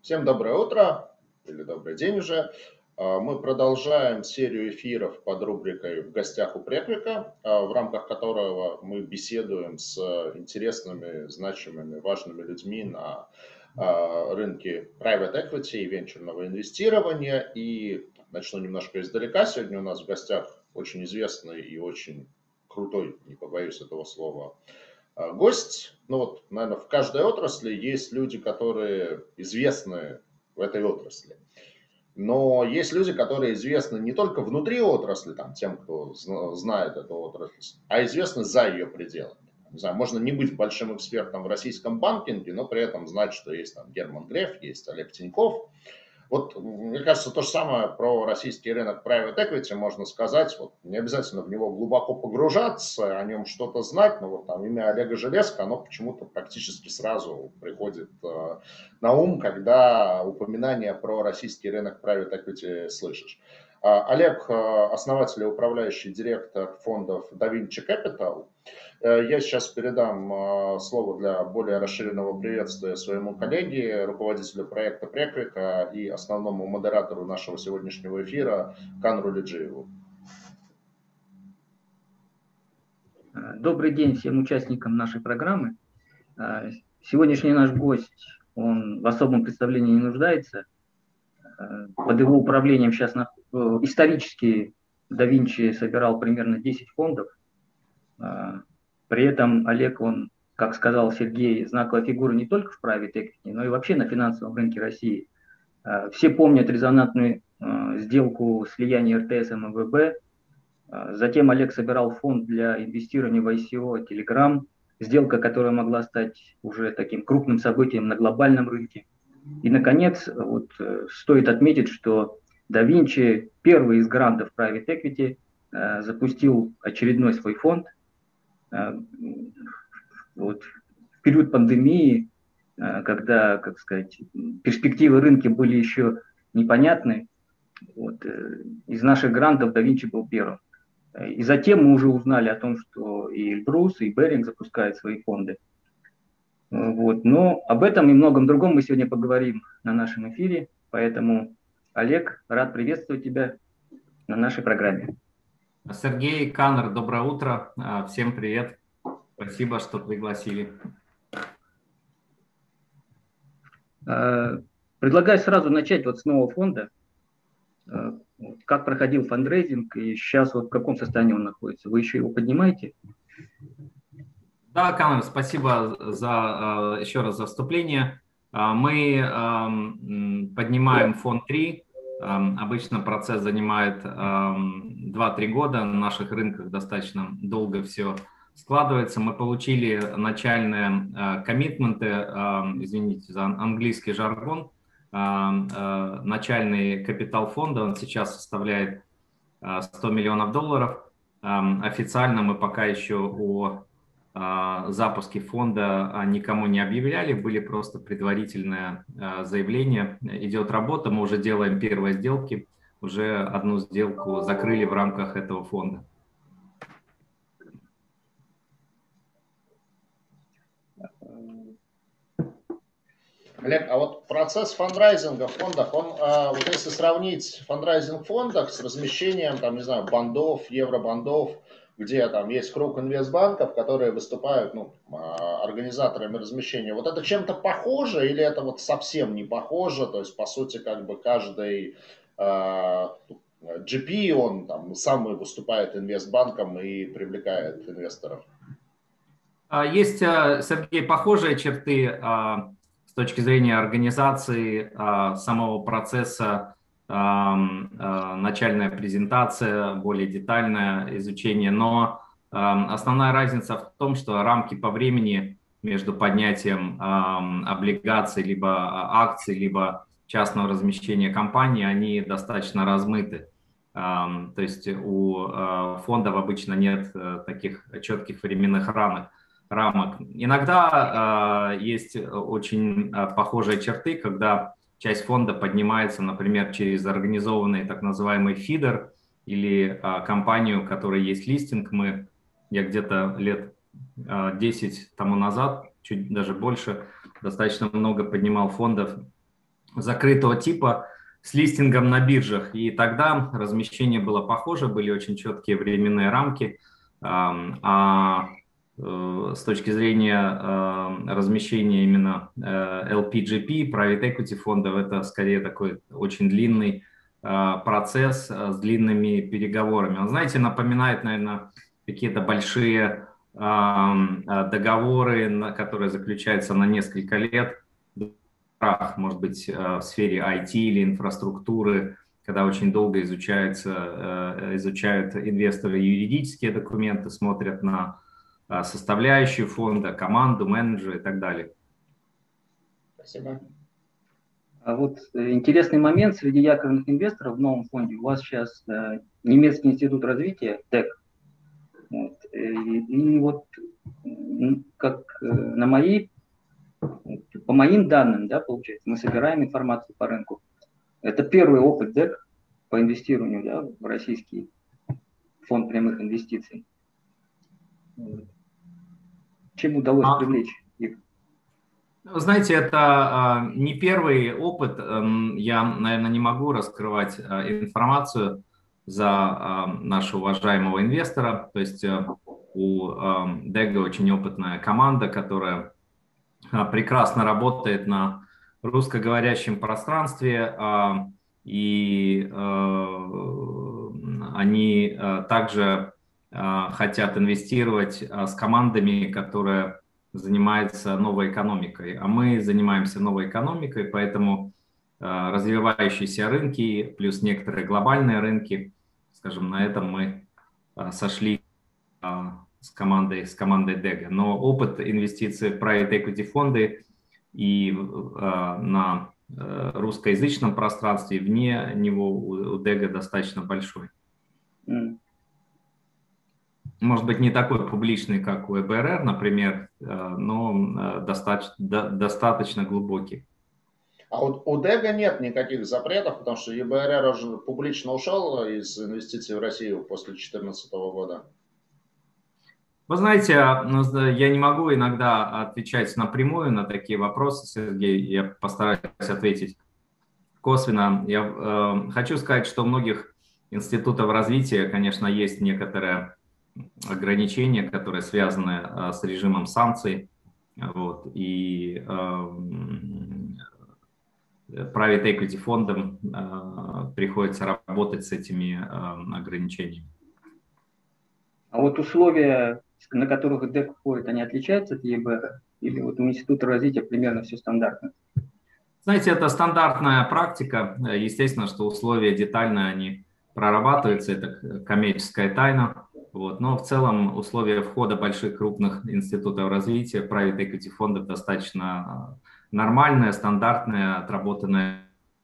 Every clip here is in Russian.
Всем доброе утро или добрый день уже. Мы продолжаем серию эфиров под рубрикой «В гостях у Преквика», в рамках которого мы беседуем с интересными, значимыми, важными людьми на рынке private equity и венчурного инвестирования. И начну немножко издалека. Сегодня у нас в гостях очень известный и очень крутой, не побоюсь этого слова, гость. Ну вот, наверное, в каждой отрасли есть люди, которые известны в этой отрасли. Но есть люди, которые известны не только внутри отрасли, там, тем, кто знает эту отрасль, а известны за ее пределами. Не знаю, можно не быть большим экспертом в российском банкинге, но при этом знать, что есть там Герман Греф, есть Олег Тиньков. Вот, мне кажется, то же самое про российский рынок private equity можно сказать. Вот, не обязательно в него глубоко погружаться, о нем что-то знать, но вот там имя Олега Железко, оно почему-то практически сразу приходит на ум, когда упоминание про российский рынок private equity слышишь. Олег, основатель и управляющий директор фондов DaVinci Capital. Я сейчас передам слово для более расширенного приветствия своему коллеге, руководителю проекта Преквика и основному модератору нашего сегодняшнего эфира Канру Лиджиеву. Добрый день всем участникам нашей программы. Сегодняшний наш гость, он в особом представлении не нуждается. Под его управлением сейчас исторически DaVinci собирал примерно 10 фондов. При этом Олег, он, как сказал Сергей, знаковая фигура не только в private equity, но и вообще на финансовом рынке России. Все помнят резонансную сделку слияния РТС и МВБ. Затем Олег собирал фонд для инвестирования в ICO Telegram, сделка, которая могла стать уже таким крупным событием на глобальном рынке. И, наконец, вот, стоит отметить, что DaVinci, первый из грантов private equity, запустил очередной свой фонд. Вот, в период пандемии, когда, как сказать, перспективы рынка были еще непонятны, вот, из наших грантов DaVinci был первым. И затем мы уже узнали о том, что и Эльбрус, и Беринг запускают свои фонды. Вот. Но об этом и многом другом мы сегодня поговорим на нашем эфире. Поэтому, Олег, рад приветствовать тебя на нашей программе. Сергей, Канр, доброе утро. Всем привет. Спасибо, что пригласили. Предлагаю сразу начать вот с нового фонда. Как проходил фандрейзинг и сейчас вот в каком состоянии он находится? Вы еще его поднимаете? Да, Канр, спасибо еще раз за вступление. Мы поднимаем фонд 3. Обычно процесс занимает 2-3 года. На наших рынках достаточно долго все складывается. Мы получили начальные коммитменты, извините за английский жаргон, начальный капитал фонда, он сейчас составляет $100 миллионов. Официально мы пока еще о запуске фонда никому не объявляли, были просто предварительные заявления. Идет работа, мы уже делаем первые сделки, уже одну сделку закрыли в рамках этого фонда. Олег, а вот процесс фандрайзинга в фондах, он, вот если сравнить фандрайзинг в фондах с размещением, там, не знаю, бандов, евробандов, где там есть круг инвестбанков, которые выступают, ну, организаторами размещения, вот это чем-то похоже или это вот совсем не похоже? То есть, по сути, как бы каждый GP, он там сам выступает инвестбанком и привлекает инвесторов. Есть, Сергей, похожие черты с точки зрения организации самого процесса, начальная презентация, более детальное изучение, но основная разница в том, что рамки по времени между поднятием облигаций, либо акций, либо частного размещения компании, они достаточно размыты. То есть у фондов обычно нет таких четких временных рамок. Иногда есть очень похожие черты, когда часть фонда поднимается, например, через организованный так называемый фидер или компанию, у которой есть листинг. Я где-то лет 10 тому назад, чуть даже больше, достаточно много поднимал фондов закрытого типа с листингом на биржах. И тогда размещение было похоже, были очень четкие временные рамки. С точки зрения размещения именно LPGP, Private Equity фондов, это скорее такой очень длинный процесс с длинными переговорами. Он, знаете, напоминает, наверное, какие-то большие договоры, которые заключаются на несколько лет, может быть, в сфере IT или инфраструктуры, когда очень долго изучают инвесторы юридические документы, смотрят на составляющую фонда, команду, менеджера и так далее. Спасибо. А вот интересный момент среди якорных инвесторов в новом фонде. У вас сейчас немецкий институт развития, DEC. Вот, и вот как по моим данным, да, получается, мы собираем информацию по рынку. Это первый опыт DEC по инвестированию, да, в российский фонд прямых инвестиций. Чем удалось привлечь их? Знаете, это не первый опыт. Я, наверное, не могу раскрывать информацию за нашего уважаемого инвестора. То есть у DEG очень опытная команда, которая прекрасно работает на русскоговорящем пространстве. И они также хотят инвестировать с командами, которые занимаются новой экономикой. А мы занимаемся новой экономикой, поэтому развивающиеся рынки плюс некоторые глобальные рынки, скажем, на этом мы сошли с командой DEG. Но опыт инвестиций в private equity фонды и на русскоязычном пространстве, вне него у DEG достаточно большой. Может быть, не такой публичный, как у ЕБРР, например, но достаточно глубокий. А вот у DEG нет никаких запретов, потому что ЕБРР уже публично ушел из инвестиций в Россию после 2014 года. Вы знаете, я не могу иногда отвечать напрямую на такие вопросы, Сергей. Я постараюсь ответить косвенно. Я хочу сказать, что у многих институтов развития, конечно, есть некоторые ограничения, которые связаны с режимом санкций. Вот, и private equity фондам приходится работать с этими ограничениями. А вот условия, на которых DEC входит, они отличаются от ЕБР? Или вот у Института развития примерно все стандартно? Знаете, это стандартная практика. Естественно, что условия детально они прорабатываются, это коммерческая тайна. Вот. Но в целом условия входа больших крупных институтов развития, private equity фондов достаточно нормальные, стандартные, отработанные.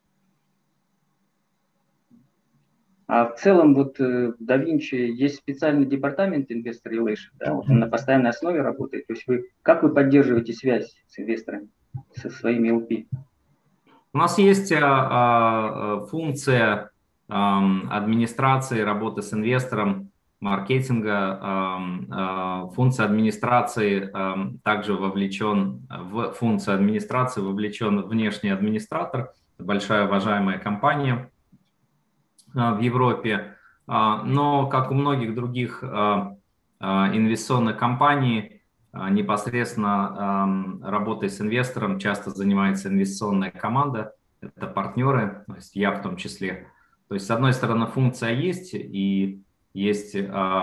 А в целом вот в DaVinci есть специальный департамент Investor Relations, да, вот он на постоянной основе работает. То есть как вы поддерживаете связь с инвесторами, со своими LP? У нас есть функция администрации, работы с инвестором, маркетинга, функция администрации также вовлечен, в функцию администрации вовлечен внешний администратор, большая уважаемая компания в Европе, но как у многих других инвестиционных компаний, непосредственно работой с инвестором часто занимается инвестиционная команда, это партнеры, то есть я в том числе. То есть, с одной стороны, функция есть, и есть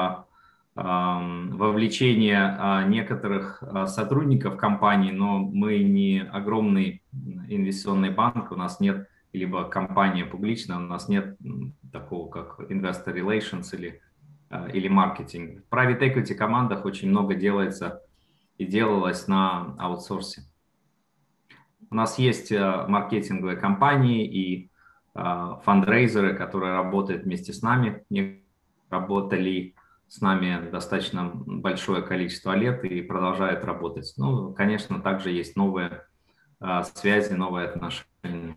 вовлечение некоторых сотрудников компании, но мы не огромный инвестиционный банк, у нас нет, либо компания публичная, у нас нет такого, как Investor Relations или маркетинг. В Private Equity командах очень много делается и делалось на аутсорсе. У нас есть маркетинговые компании и фандрейзеры, которые работают вместе с нами, работали с нами достаточно большое количество лет и продолжают работать. Ну, конечно, также есть новые связи, новые отношения.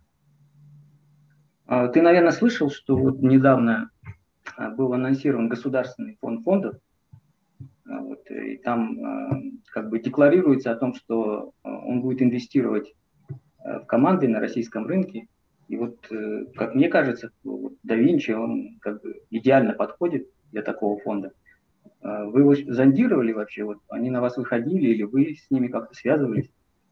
Ты, наверное, слышал, что вот недавно был анонсирован государственный фонд фондов, вот, и там как бы декларируется о том, что он будет инвестировать в команды на российском рынке. И вот, как мне кажется, DaVinci, он как бы идеально подходит для такого фонда. Вы его зондировали вообще? Вот они на вас выходили или вы с ними как-то связывались?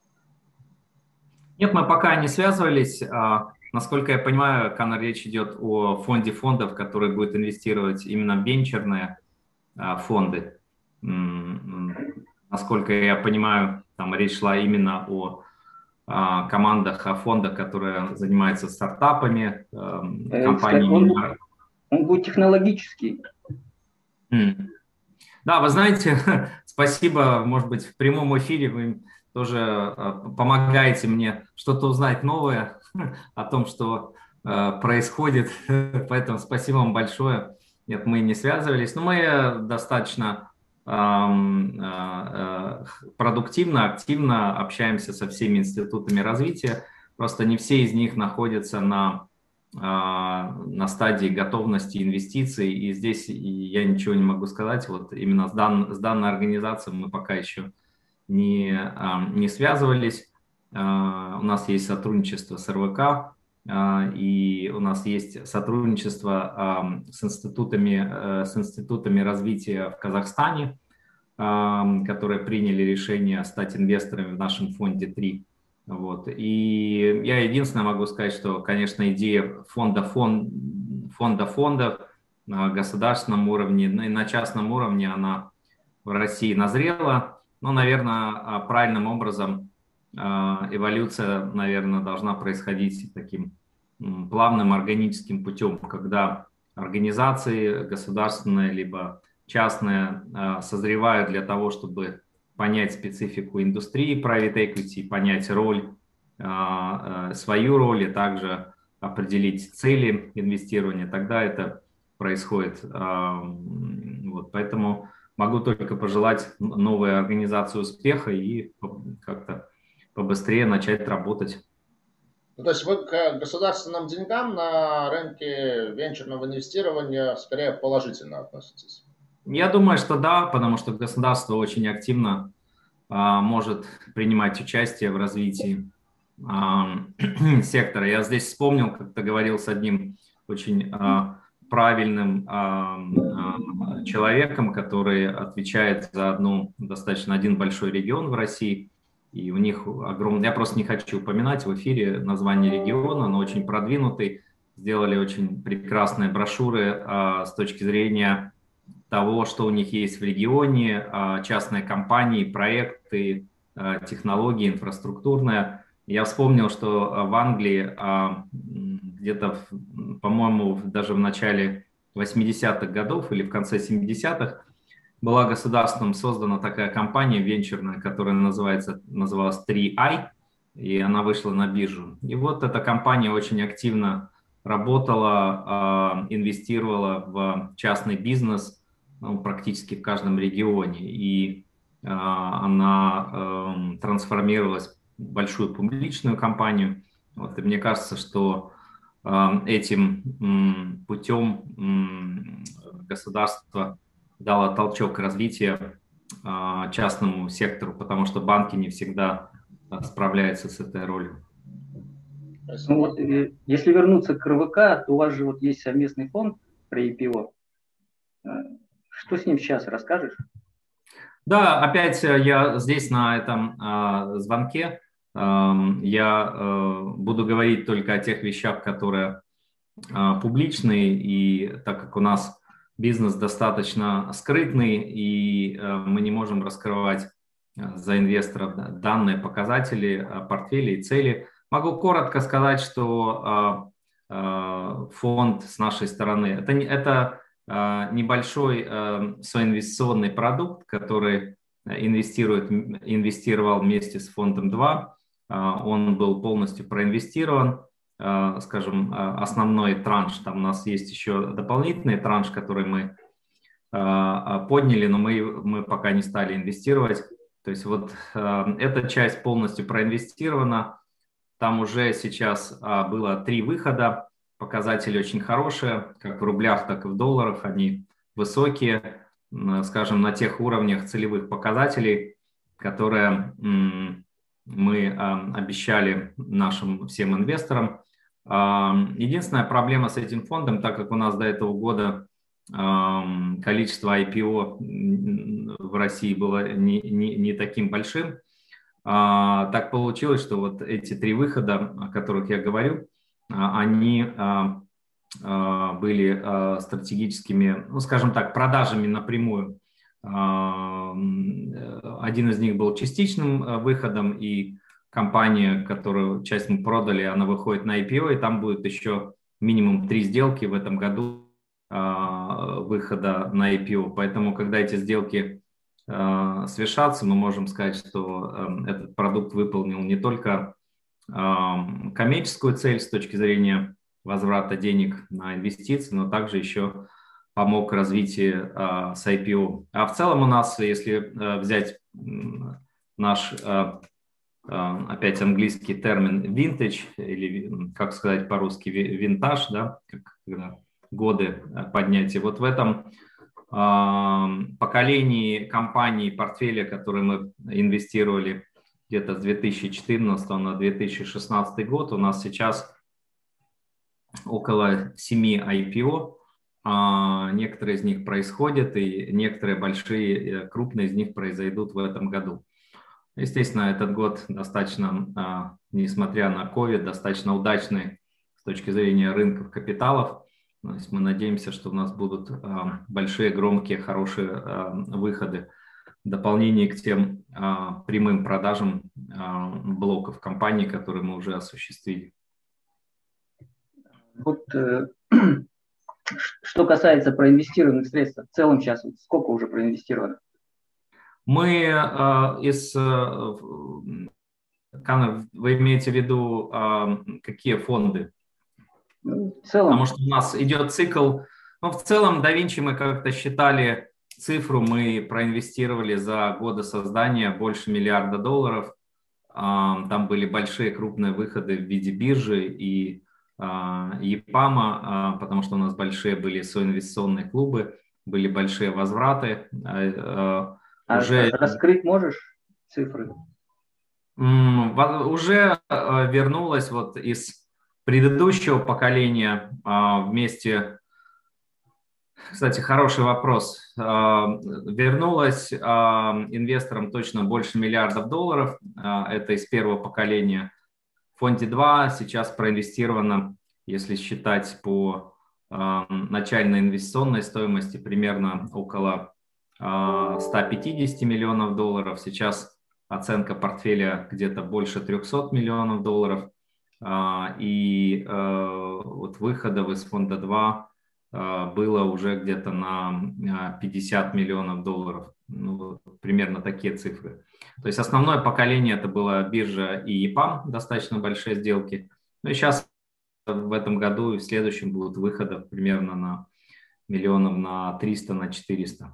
Нет, мы пока не связывались. Насколько я понимаю, Конор, речь идет о фонде фондов, который будет инвестировать именно в венчурные фонды. Насколько я понимаю, там речь шла именно о командах, о фондах, которые занимаются стартапами, компаниями. Он будет технологический. Да, вы знаете, спасибо, может быть, в прямом эфире вы тоже помогаете мне что-то узнать новое о том, что происходит, поэтому спасибо вам большое. Нет, мы не связывались, но мы достаточно продуктивно, активно общаемся со всеми институтами развития, просто не все из них находятся на стадии готовности инвестиций, и здесь я ничего не могу сказать. Вот именно с данной организацией мы пока еще не связывались. У нас есть сотрудничество с РВК, и у нас есть сотрудничество с институтами развития в Казахстане, которые приняли решение стать инвесторами в нашем фонде 3. Вот. И я единственное могу сказать, что, конечно, идея фондов на государственном уровне, и на частном уровне, она в России назрела. Но, наверное, правильным образом эволюция, наверное, должна происходить таким плавным органическим путем, когда организации государственные либо частные созревают для того, чтобы понять специфику индустрии private equity, понять роль, свою роль и также определить цели инвестирования, тогда это происходит. Вот, поэтому могу только пожелать новой организации успеха и как-то побыстрее начать работать. Ну, то есть вы к государственным деньгам на рынке венчурного инвестирования скорее положительно относитесь? Я думаю, что да, потому что государство очень активно может принимать участие в развитии сектора. Я здесь вспомнил, как-то говорил с одним очень правильным человеком, который отвечает за достаточно один большой регион в России. И у них огромный, я просто не хочу упоминать в эфире название региона, но очень продвинутый, сделали очень прекрасные брошюры с точки зрения того, что у них есть в регионе, частные компании, проекты, технологии, инфраструктурные. Я вспомнил, что в Англии где-то, по-моему, даже в начале 80-х годов или в конце 70-х была государством создана такая компания венчурная, которая называлась 3i, и она вышла на биржу. И вот эта компания очень активно работала, инвестировала в частный бизнес практически в каждом регионе. И она трансформировалась в большую публичную компанию. Вот, и мне кажется, что этим путем государство дало толчок развития частному сектору, потому что банки не всегда справляются с этой ролью. Ну, вот, если вернуться к РВК, то у вас же вот есть совместный фонд при IPO. Что с ним сейчас, расскажешь? Да, опять я здесь на этом звонке. Я буду говорить только о тех вещах, которые публичные, и так как у нас бизнес достаточно скрытный, и мы не можем раскрывать за инвесторов данные показатели, портфели и цели. Могу коротко сказать, что фонд с нашей стороны это небольшой соинвестиционный продукт, который инвестировал вместе с фондом 2. Он был полностью проинвестирован. Скажем, основной транш, там у нас есть еще дополнительный транш, который мы подняли, но мы пока не стали инвестировать. То есть вот эта часть полностью проинвестирована. Там уже сейчас было 3 выхода, показатели очень хорошие, как в рублях, так и в долларах, они высокие, скажем, на тех уровнях целевых показателей, которые мы обещали нашим всем инвесторам. Единственная проблема с этим фондом, так как у нас до этого года количество IPO в России было не таким большим, так получилось, что вот эти 3 выхода, о которых я говорю, они были стратегическими, ну, скажем так, продажами напрямую. Один из них был частичным выходом, и компания, которую часть мы продали, она выходит на IPO, и там будет еще минимум 3 сделки в этом году выхода на IPO. Поэтому, когда эти сделки свершатся, мы можем сказать, что этот продукт выполнил не только коммерческую цель с точки зрения возврата денег на инвестиции, но также еще помог развитию с IPO. А в целом у нас, если взять наш, опять английский термин vintage, или, как сказать по-русски, винтаж, да, когда годы поднятия, вот в этом поколении компаний, портфеля, которые мы инвестировали где-то с 2014 на 2016 год, у нас сейчас около 7 IPO. Некоторые из них происходят, и некоторые большие, крупные из них произойдут в этом году. Естественно, этот год достаточно, несмотря на COVID, достаточно удачный с точки зрения рынков капиталов. То есть мы надеемся, что у нас будут большие, громкие, хорошие выходы в дополнение к тем прямым продажам блоков компаний, которые мы уже осуществили. Вот, что касается проинвестированных средств, в целом сейчас сколько уже проинвестировано? Мы вы имеете в виду какие фонды? В целом. Потому что у нас идет цикл. Ну, в целом, Da Vinci мы как-то считали цифру, мы проинвестировали за годы создания больше $1 миллиарда. Там были большие крупные выходы в виде биржи и ЕПАМа, потому что у нас большие были соинвестиционные клубы, были большие возвраты. Уже раскрыть можешь цифры? Уже вернулась вот из предыдущего поколения вместе. Кстати, хороший вопрос. Вернулась инвесторам точно больше $1 миллиарда. Это из первого поколения. В фонде 2 сейчас проинвестировано, если считать по начальной инвестиционной стоимости, примерно около $150 миллионов. Сейчас оценка портфеля где-то больше $300 миллионов. И вот выходов из фонда 2 было уже где-то на $50 миллионов. Ну, примерно такие цифры. То есть основное поколение это была биржа и ЕПАМ, достаточно большие сделки. Ну и сейчас в этом году и в следующем будут выходы примерно на миллионов на 300, на 400.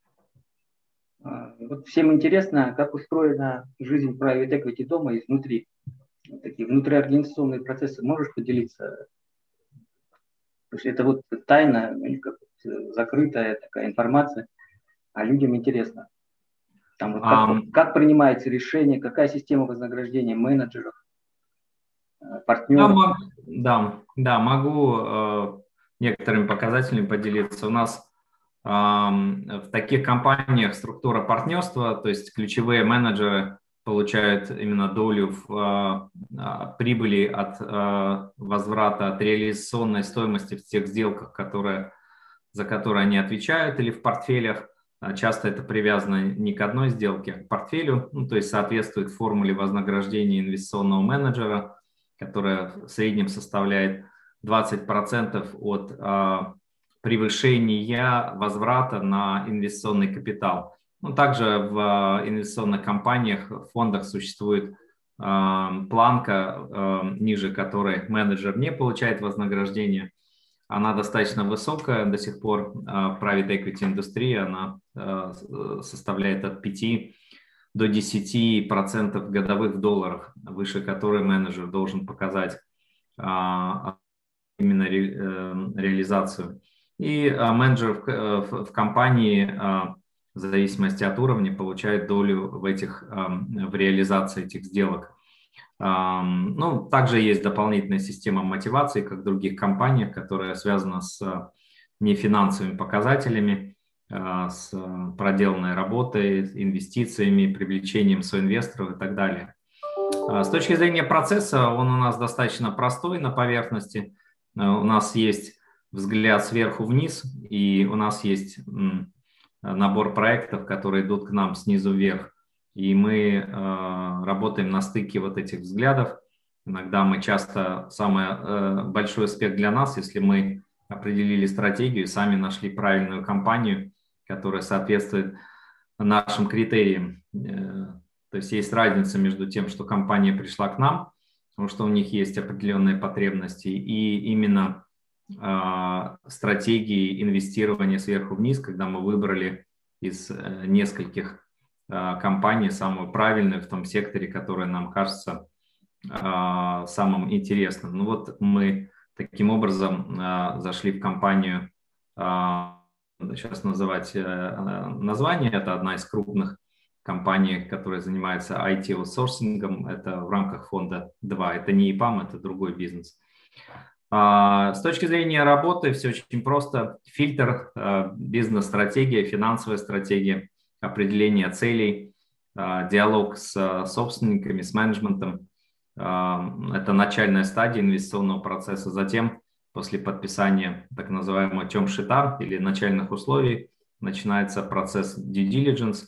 Вот всем интересно, как устроена жизнь private equity дома изнутри. Такие внутриорганизационные процессы. Можешь поделиться? Потому что это вот тайна, как закрытая такая информация, а людям интересно. Там вот как принимается решение, какая система вознаграждения менеджеров, партнеров? Да, могу некоторыми показателями поделиться. У нас в таких компаниях структура партнерства, то есть ключевые менеджеры получают именно долю в прибыли от возврата, от реализационной стоимости в тех сделках, за которые они отвечают, или в портфелях. Часто это привязано не к одной сделке, а к портфелю, ну, то есть соответствует формуле вознаграждения инвестиционного менеджера, которая в среднем составляет 20% от превышения возврата на инвестиционный капитал. Ну, также в инвестиционных компаниях, в фондах существует планка, ниже которой менеджер не получает вознаграждение. Она достаточно высокая до сих пор. Private equity индустрия, она составляет от 5 до 10% годовых в долларах, выше которой менеджер должен показать именно реализацию. И менеджер в компании в зависимости от уровня, получают долю в реализации этих сделок. Ну, также есть дополнительная система мотивации, как в других компаниях, которая связана с нефинансовыми показателями, с проделанной работой, инвестициями, привлечением соинвесторов и так далее. С точки зрения процесса, он у нас достаточно простой на поверхности. У нас есть взгляд сверху вниз, и у нас есть набор проектов, которые идут к нам снизу вверх. И мы работаем на стыке вот этих взглядов. Иногда мы часто, самый большой успех для нас, если мы определили стратегию, сами нашли правильную компанию, которая соответствует нашим критериям. То есть есть разница между тем, что компания пришла к нам, потому что у них есть определенные потребности, и именно стратегии инвестирования сверху вниз, когда мы выбрали из нескольких компаний самую правильную в том секторе, который нам кажется самым интересным. Ну вот мы таким образом зашли в компанию, сейчас называть название, это одна из крупных компаний, которая занимается IT-аутсорсингом, это в рамках фонда 2, это не ИПАМ, это другой бизнес. С точки зрения работы все очень просто. Фильтр, бизнес-стратегия, финансовая стратегия, определение целей, диалог с собственниками, с менеджментом. Это начальная стадия инвестиционного процесса. Затем, после подписания так называемого term-sheet или начальных условий, начинается процесс due diligence,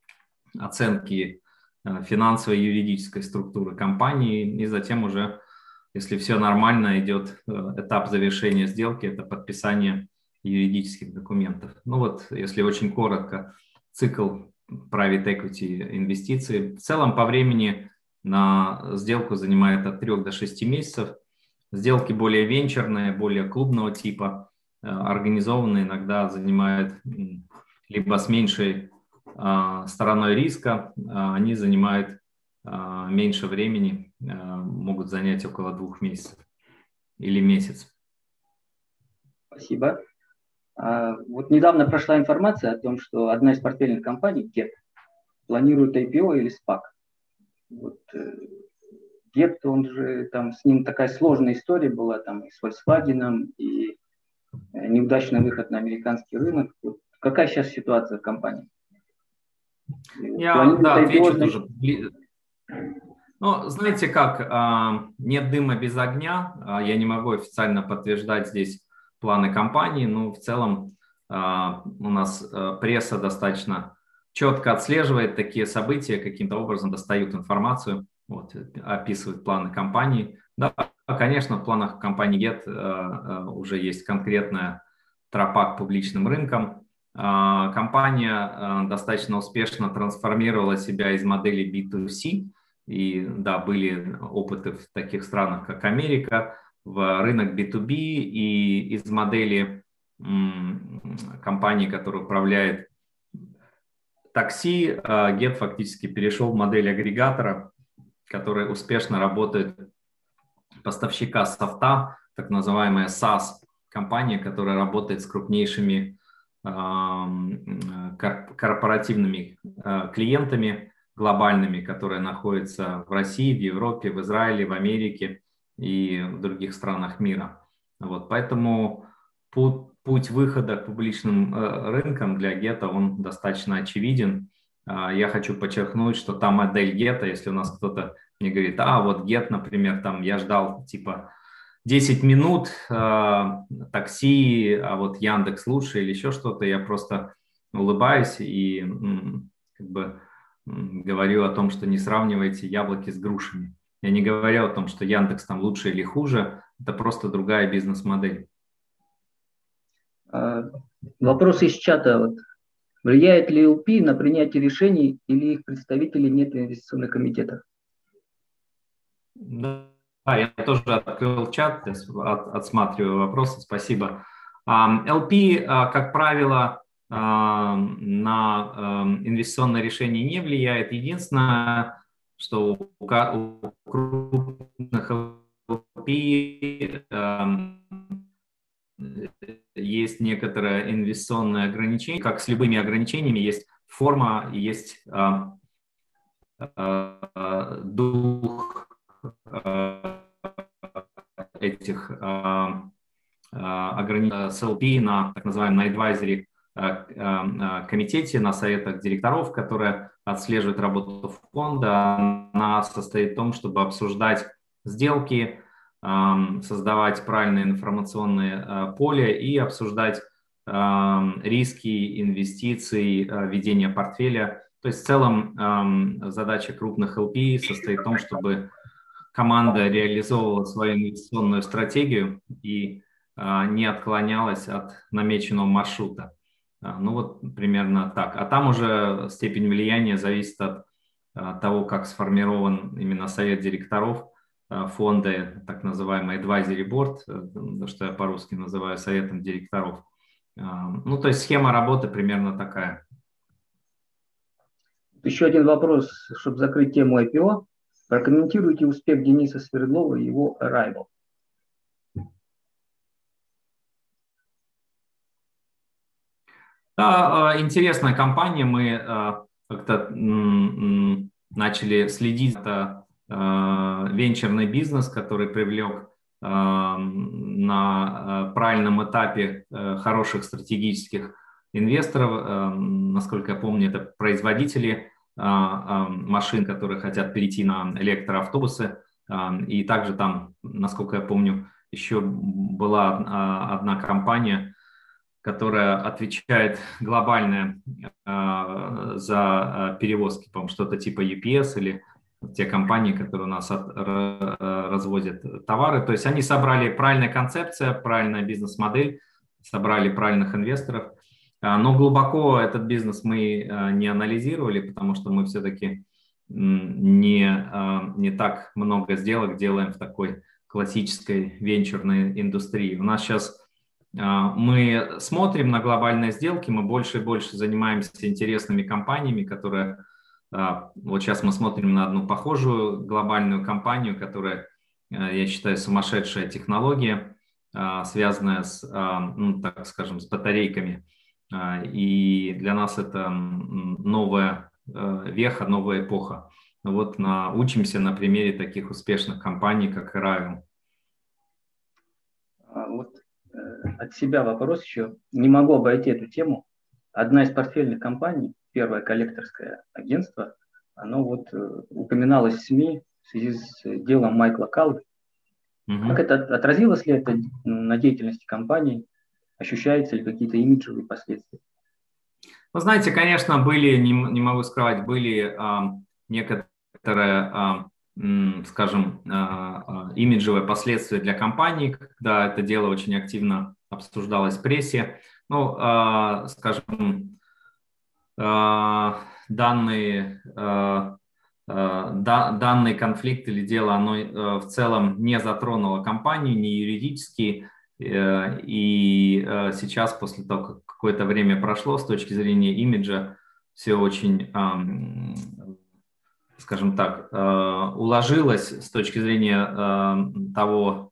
оценки финансовой и юридической структуры компании, и затем уже, если все нормально, идет этап завершения сделки, это подписание юридических документов. Ну вот, если очень коротко, цикл private equity инвестиций. В целом по времени на сделку занимает от 3 до 6 месяцев. Сделки более венчурные, более клубного типа, организованные, иногда занимают либо с меньшей стороной риска, они занимают меньше времени, могут занять около 2 месяцев или месяц. Спасибо. Вот недавно прошла информация о том, что одна из портфельных компаний, Get, планирует IPO или SPAC. Вот, Get, он же, там с ним такая сложная история была, там и с Volkswagen, и неудачный выход на американский рынок. Вот какая сейчас ситуация в компании? Я отвечу тоже. Ну, знаете как, нет дыма без огня. Я не могу официально подтверждать здесь планы компании, но в целом у нас пресса достаточно четко отслеживает такие события, каким-то образом достают информацию, вот, описывают планы компании. Да, конечно, в планах компании Get уже есть конкретная тропа к публичным рынкам. Компания достаточно успешно трансформировала себя из модели B2C, и да, были опыты в таких странах, как Америка, в рынок B2B, и из модели компании, которая управляет такси, Get фактически перешел в модель агрегатора, который успешно работает, поставщика софта, так называемая SaaS-компания, которая работает с крупнейшими корпоративными клиентами глобальными, которые находятся в России, в Европе, в Израиле, в Америке и в других странах мира. Вот, поэтому путь выхода к публичным рынкам для Get, он достаточно очевиден. Я хочу подчеркнуть, что та модель Get, если у нас кто-то мне говорит, вот Get, например, там я ждал типа 10 минут такси, а вот Яндекс лучше или еще что-то, я просто улыбаюсь и как бы говорю о том, что не сравнивайте яблоки с грушами. Я не говорю о том, что Яндекс там лучше или хуже, это просто другая бизнес-модель. Вопрос из чата. Вот. Влияет ли LP на принятие решений или их представителей нет в инвестиционных комитетах? Да, я тоже открыл чат, отсматриваю вопросы, спасибо. LP, как правило, на инвестиционное решение не влияет. Единственное, что у крупных LP есть некоторое инвестиционное ограничение. Как с любыми ограничениями, есть форма и есть дух этих SLP на так называемом на advisory комитете, на советах директоров, которые отслеживают работу фонда. Она состоит в том, чтобы обсуждать сделки, создавать правильное информационное поле и обсуждать риски инвестиций, ведения портфеля. То есть в целом задача крупных LP состоит в том, чтобы команда реализовывала свою инвестиционную стратегию и не отклонялась от намеченного маршрута. Ну вот примерно так. А там уже степень влияния зависит от того, как сформирован именно совет директоров фонда, так называемый advisory board, что я по-русски называю советом директоров. Ну, то есть схема работы примерно такая. Еще один вопрос, чтобы закрыть тему IPO. Прокомментируйте успех Дениса Свердлова и его Arrival. Да, интересная компания. Мы как-то начали следить. Это венчурный бизнес, который привлек на правильном этапе хороших стратегических инвесторов. Насколько я помню, это производители машин, которые хотят перейти на электроавтобусы. И также там, насколько я помню, еще была одна компания, которая отвечает глобально за перевозки, по-моему, что-то типа UPS или те компании, которые у нас развозят товары. То есть они собрали правильная концепция, правильная бизнес-модель, собрали правильных инвесторов. Но глубоко этот бизнес мы не анализировали, потому что мы все-таки не так много сделок делаем в такой классической венчурной индустрии. У нас сейчас мы смотрим на глобальные сделки, мы больше и больше занимаемся интересными компаниями, которые... Вот сейчас мы смотрим на одну похожую глобальную компанию, которая, я считаю, сумасшедшая технология, связанная с, ну, так скажем, с батарейками. И для нас это новая веха, новая эпоха. Вот учимся на примере таких успешных компаний, как Arrival. Вот от себя вопрос еще. Не могу обойти эту тему. Одна из портфельных компаний, первое коллекторское агентство, оно вот упоминалось в СМИ в связи с делом Майкла Каллы. Как это отразилось ли это на деятельности компании? Ощущаются ли какие-то имиджевые последствия? Вы знаете, конечно, были, не могу скрывать, были некоторые, скажем, имиджевые последствия для компании, когда это дело очень активно обсуждалось в прессе. Ну, скажем, данный конфликт или дело, оно в целом не затронуло компанию, не юридически. И сейчас, после того, как какое-то время прошло, с точки зрения имиджа, все очень, скажем так, уложилось с точки зрения того,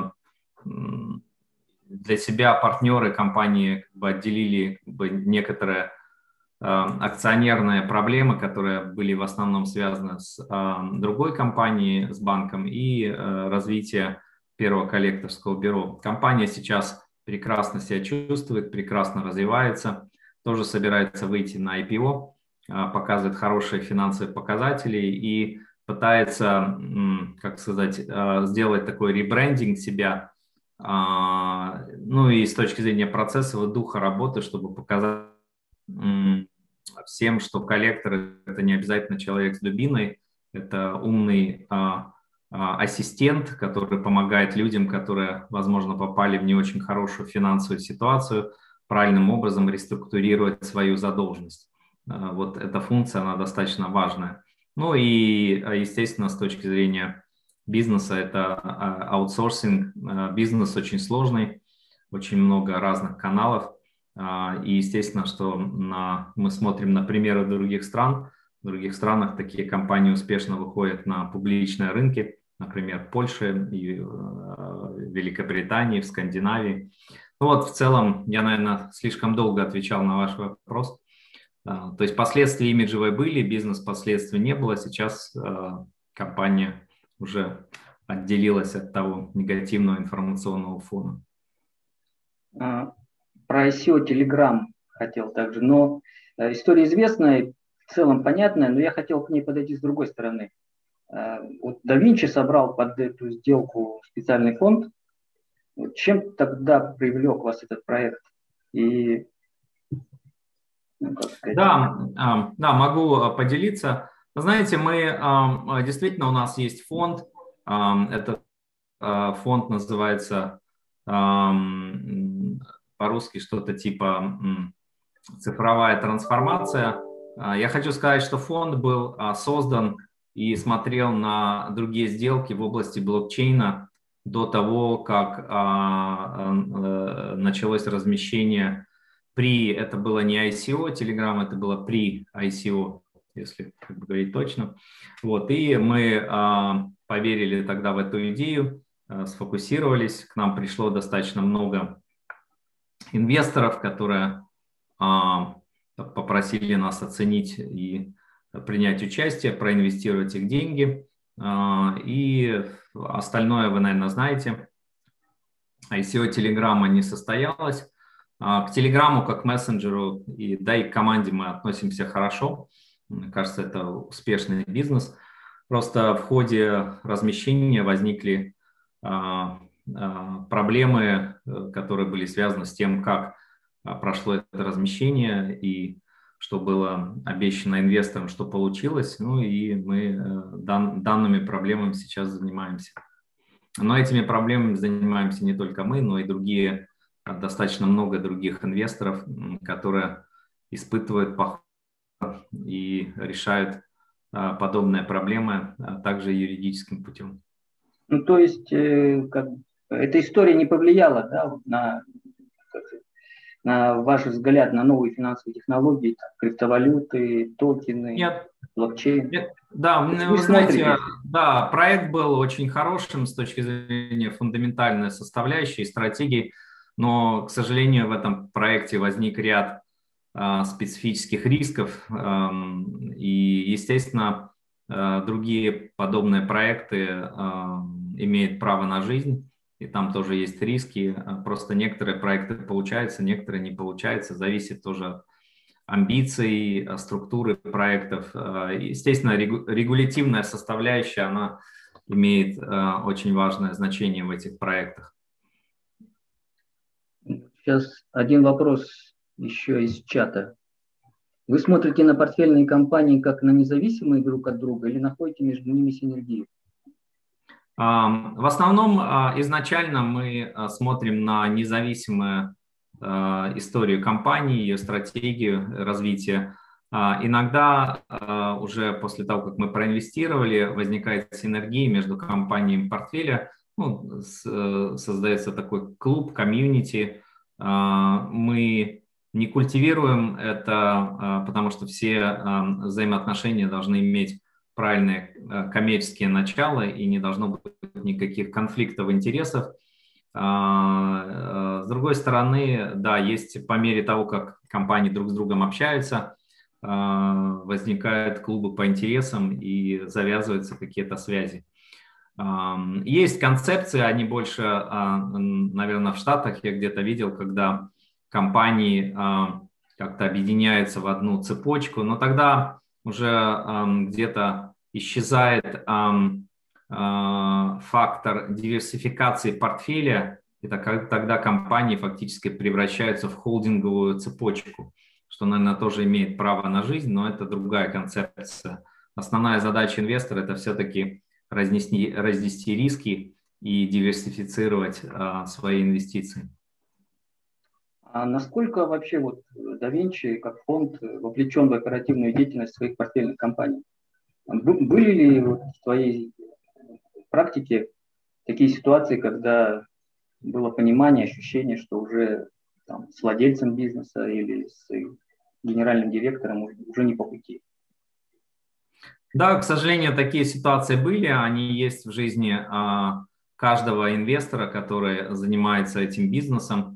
для себя партнеры компании как бы отделили как бы некоторые акционерные проблемы, которые были в основном связаны с другой компанией, с банком, и развитие первого коллекторского бюро. Компания сейчас прекрасно себя чувствует, прекрасно развивается, тоже собирается выйти на IPO, показывает хорошие финансовые показатели и пытается, как сказать, сделать такой ребрендинг себя, ну и с точки зрения процессового духа работы, чтобы показать всем, что коллектор – это не обязательно человек с дубиной, это умный ассистент, который помогает людям, которые, возможно, попали в не очень хорошую финансовую ситуацию, правильным образом реструктурировать свою задолженность. Вот эта функция, она достаточно важная. Ну и, естественно, с точки зрения бизнеса, это аутсорсинг. Бизнес очень сложный, очень много разных каналов. И естественно, что мы смотрим на примеры других стран. В других странах такие компании успешно выходят на публичные рынки, например, в Польше, в Великобритании, в Скандинавии. Ну вот в целом, я, наверное, слишком долго отвечал на ваш вопрос. То есть последствия имиджевые были, бизнес-последствий не было. Сейчас компания уже отделилась от того негативного информационного фона. Про ICO Telegram хотел также, но история известная, в целом понятная, но я хотел к ней подойти с другой стороны. Вот DaVinci собрал под эту сделку специальный фонд. Чем тогда привлек вас этот проект? И, да, могу поделиться. Вы знаете, мы действительно, у нас есть фонд. Этот фонд называется по-русски что-то типа цифровая трансформация. Я хочу сказать, что фонд был создан и смотрел на другие сделки в области блокчейна до того, как началось размещение это было не ICO, Telegram, это было при ICO, если говорить точно. Вот, и мы поверили тогда в эту идею, сфокусировались, к нам пришло достаточно много инвесторов, которые попросили нас оценить и принять участие, проинвестировать их деньги. И остальное вы, наверное, знаете. ICO Телеграма не состоялось. К Телеграму как к мессенджеру и к команде мы относимся хорошо. Мне кажется, это успешный бизнес. Просто в ходе размещения возникли проблемы, которые были связаны с тем, как прошло это размещение и что было обещано инвесторам, что получилось. Ну и мы данными проблемами сейчас занимаемся. Но этими проблемами занимаемся не только мы, но и другие, достаточно много других инвесторов, которые испытывают и решают подобные проблемы также юридическим путем. Ну, то есть, эта история не повлияла, да, на ваш взгляд на новые финансовые технологии, криптовалюты, токены, Нет. блокчейн? Нет. Да, вы знаете, да, проект был очень хорошим с точки зрения фундаментальной составляющей, стратегии, но, к сожалению, в этом проекте возник ряд специфических рисков, и, естественно, другие подобные проекты имеют право на жизнь, и там тоже есть риски. Просто некоторые проекты получаются, некоторые не получаются, зависит тоже от амбиций, структуры проектов. Естественно, регулятивная составляющая, она имеет очень важное значение в этих проектах. Сейчас один вопрос еще из чата. Вы смотрите на портфельные компании как на независимые друг от друга или находите между ними синергию? В основном изначально мы смотрим на независимую историю компании, ее стратегию развития. Иногда уже после того, как мы проинвестировали, возникает синергия между компаниями портфеля, создается такой клуб, комьюнити. Мы не культивируем это, потому что все взаимоотношения должны иметь правильные коммерческие начала и не должно быть никаких конфликтов интересов. С другой стороны, да, есть по мере того, как компании друг с другом общаются, возникают клубы по интересам и завязываются какие-то связи. Есть концепции, они больше, наверное, в Штатах я где-то видел, когда компании как-то объединяются в одну цепочку, но тогда уже где-то исчезает фактор диверсификации портфеля, и тогда компании фактически превращаются в холдинговую цепочку, что, наверное, тоже имеет право на жизнь, но это другая концепция. Основная задача инвестора – это все-таки разнести риски и диверсифицировать свои инвестиции. А насколько вообще DaVinci как фонд вовлечен в оперативную деятельность своих портфельных компаний? Были ли в твоей практике такие ситуации, когда было понимание, ощущение, что уже с владельцем бизнеса или с генеральным директором уже не по пути? Да, к сожалению, такие ситуации были, они есть в жизни каждого инвестора, который занимается этим бизнесом.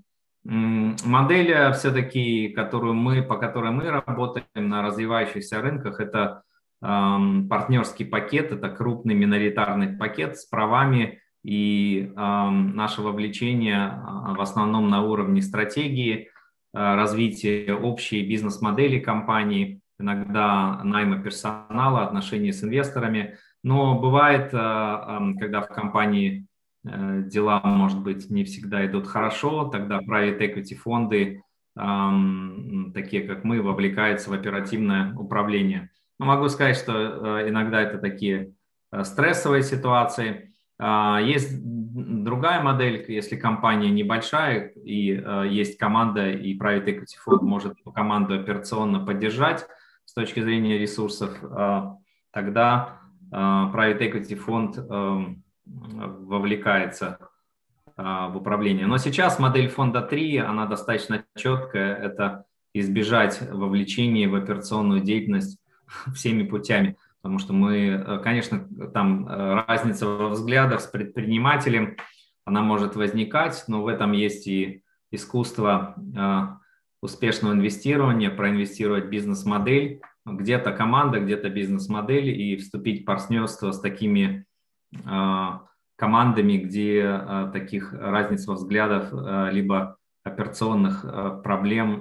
Модель все-таки, по которой мы работаем на развивающихся рынках, это партнерский пакет, это крупный миноритарный пакет с правами и наше вовлечение в основном на уровне стратегии, развития общей бизнес-модели компании, иногда найма персонала, отношения с инвесторами. Но бывает, когда в компании дела, может быть, не всегда идут хорошо, тогда private equity фонды, такие как мы, вовлекаются в оперативное управление. Но могу сказать, что иногда это такие стрессовые ситуации. Есть другая модель, если компания небольшая и есть команда, и private equity фонд может эту команду операционно поддержать с точки зрения ресурсов, тогда private equity фонд вовлекается в управление. Но сейчас модель фонда 3, она достаточно четкая, это избежать вовлечения в операционную деятельность всеми путями, потому что мы, конечно, там разница во взглядах с предпринимателем, она может возникать, но в этом есть и искусство успешного инвестирования, проинвестировать бизнес-модель, где-то команда, где-то бизнес-модель, и вступить в партнерство с такими командами, где таких разниц во взглядах либо операционных проблем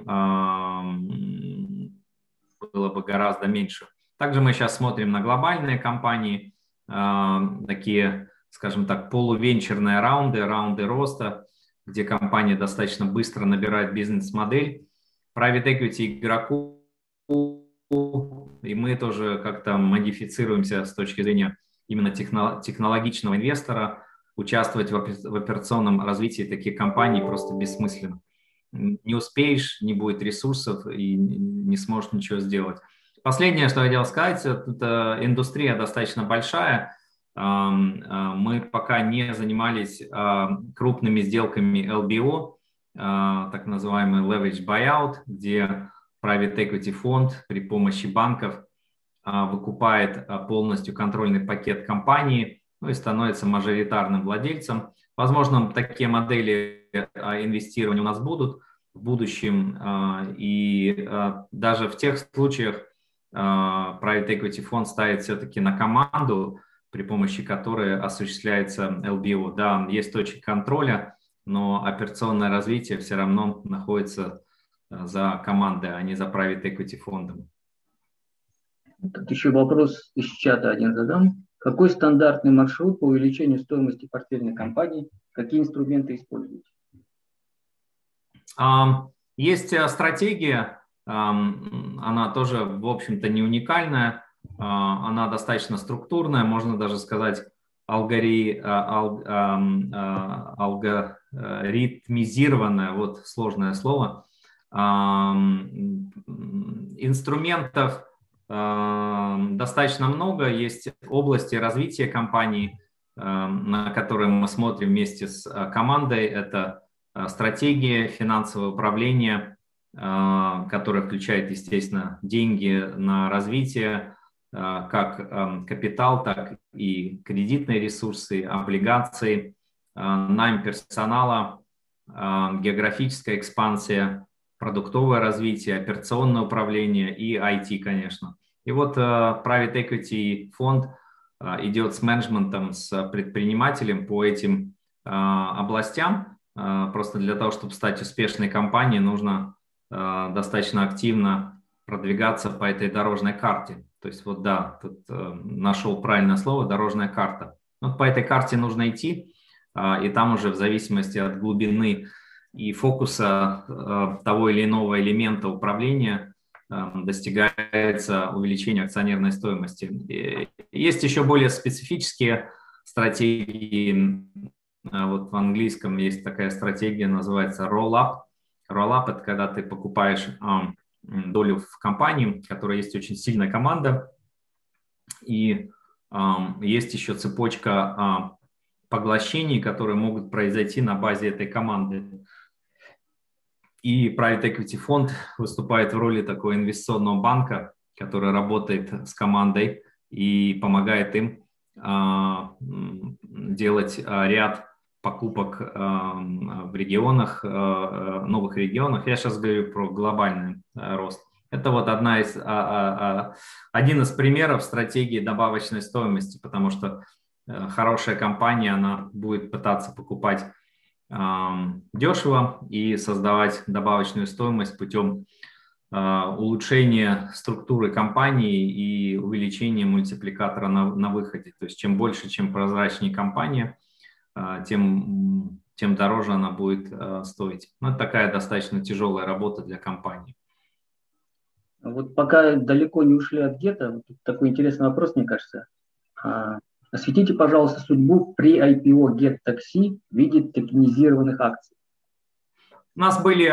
было бы гораздо меньше. Также мы сейчас смотрим на глобальные компании, такие, скажем так, полувенчурные раунды роста, где компания достаточно быстро набирает бизнес-модель. Private equity игроку, и мы тоже как-то модифицируемся с точки зрения именно технологичного инвестора. Участвовать в операционном развитии таких компаний просто бессмысленно. Не успеешь, не будет ресурсов и не сможешь ничего сделать. Последнее, что я хотел сказать, это индустрия достаточно большая. Мы пока не занимались крупными сделками LBO, так называемый leverage buyout, где private equity фонд при помощи банков выкупает полностью контрольный пакет компании, ну и становится мажоритарным владельцем. Возможно, такие модели инвестирования у нас будут в будущем, и даже в тех случаях private equity фонд ставит все-таки на команду, при помощи которой осуществляется LBO. Да, есть точки контроля, но операционное развитие все равно находится за командой, а не за private equity фондом. Тут еще вопрос из чата один задам. Какой стандартный маршрут по увеличению стоимости портфельной компании? Какие инструменты используете? Есть стратегия, она тоже, в общем-то, не уникальная, она достаточно структурная, можно даже сказать, алгоритмизированная, вот сложное слово. Инструментов достаточно много, есть области развития компании, на которые мы смотрим вместе с командой. Это стратегия, финансовое управление, которое включает, естественно, деньги на развитие, как капитал, так и кредитные ресурсы, облигации, найм персонала, географическая экспансия, продуктовое развитие, операционное управление и IT, конечно. И вот private equity фонд идет с менеджментом, с предпринимателем по этим областям. Просто для того, чтобы стать успешной компанией, нужно достаточно активно продвигаться по этой дорожной карте. То есть вот да, тут нашел правильное слово, дорожная карта. Вот по этой карте нужно идти, и там уже в зависимости от глубины и фокуса того или иного элемента управления достигается увеличение акционерной стоимости. И есть еще более специфические стратегии. Вот в английском есть такая стратегия, называется roll-up. Roll-up – это когда ты покупаешь долю в компании, в которой есть очень сильная команда, и есть еще цепочка поглощений, которые могут произойти на базе этой команды. И private equity фонд выступает в роли такого инвестиционного банка, который работает с командой и помогает им делать ряд покупок в регионах, новых регионах. Я сейчас говорю про глобальный рост. Это вот один из примеров стратегии добавочной стоимости, потому что хорошая компания, она будет пытаться покупать дешево и создавать добавочную стоимость путем улучшения структуры компании и увеличения мультипликатора на выходе. То есть чем больше, чем прозрачнее компания, тем дороже она будет стоить. Но это такая достаточно тяжелая работа для компании. Вот пока далеко не ушли от гетто, такой интересный вопрос, мне кажется. Осветите, пожалуйста, судьбу при IPO Get-Taxi в виде токенизированных акций. У нас были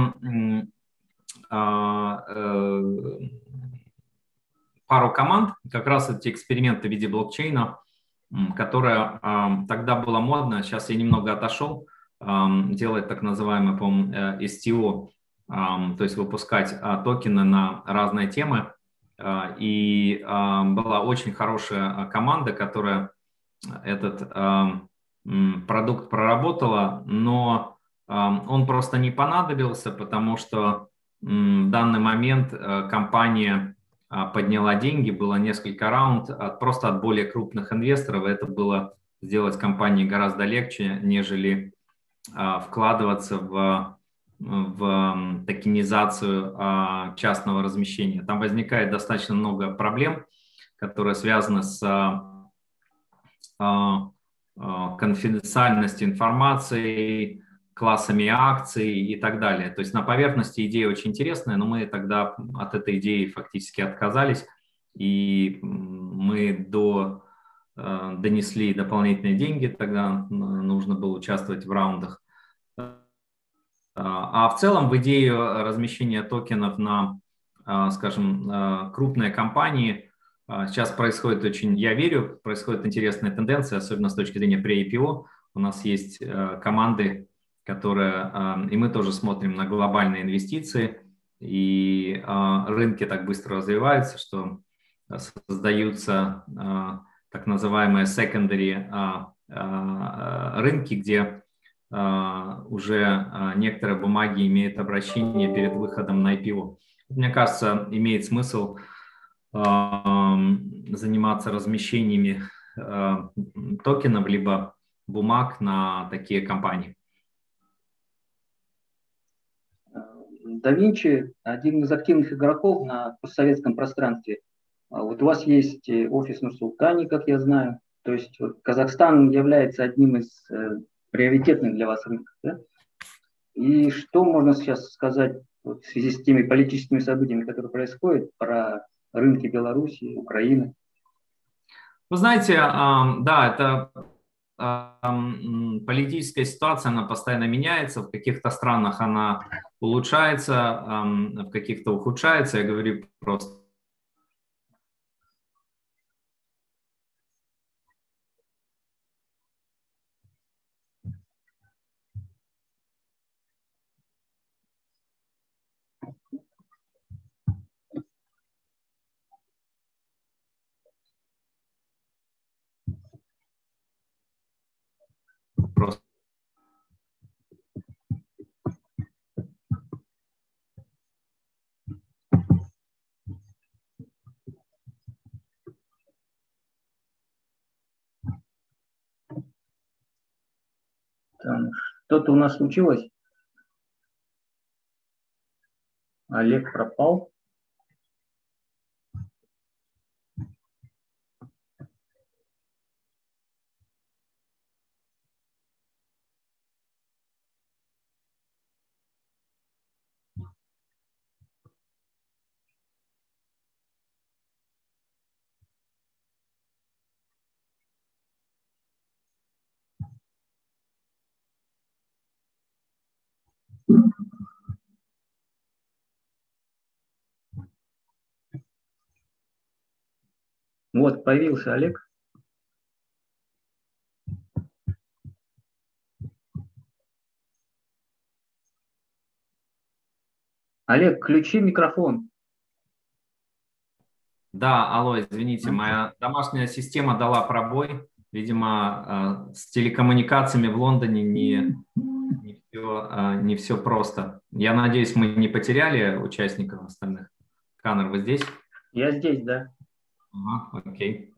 пару команд, как раз эти эксперименты в виде блокчейна, которая тогда была модна, сейчас я немного отошел, делать так называемый, по-моему, STO, то есть выпускать токены на разные темы. И была очень хорошая команда, которая этот продукт проработала, но он просто не понадобился, потому что в данный момент компания подняла деньги, было несколько раундов просто от более крупных инвесторов. Это было сделать компании гораздо легче, нежели вкладываться в токенизацию частного размещения. Там возникает достаточно много проблем, которые связаны с конфиденциальностью информации, классами акций и так далее. То есть на поверхности идея очень интересная, но мы тогда от этой идеи фактически отказались, и мы донесли дополнительные деньги, тогда нужно было участвовать в раундах. А в целом в идею размещения токенов на, скажем, крупные компании сейчас происходит я верю, происходит интересная тенденция, особенно с точки зрения pre-IPO. У нас есть команды, и мы тоже смотрим на глобальные инвестиции, и рынки так быстро развиваются, что создаются так называемые secondary рынки, где уже некоторые бумаги имеют обращение перед выходом на IPO. Мне кажется, имеет смысл заниматься размещениями токенов либо бумаг на такие компании. Да Винчи один из активных игроков на постсоветском пространстве. Вот у вас есть офис в Нур-Султане, как я знаю. То есть вот Казахстан является одним из приоритетных для вас рынков. Да? И что можно сейчас сказать вот, в связи с теми политическими событиями, которые происходят, про рынки Беларуси, Украины? Вы знаете, да, это политическая ситуация, она постоянно меняется, в каких-то странах она улучшается, в каких-то ухудшается. Я говорю просто Там что-то у нас случилось? Олег пропал. Вот, появился Олег. Олег, включи микрофон. Да, алло, извините, моя домашняя система дала пробой. Видимо, с телекоммуникациями в Лондоне не все просто. Я надеюсь, мы не потеряли участников остальных. Канер, вы здесь? Я здесь, да. Ага, окей.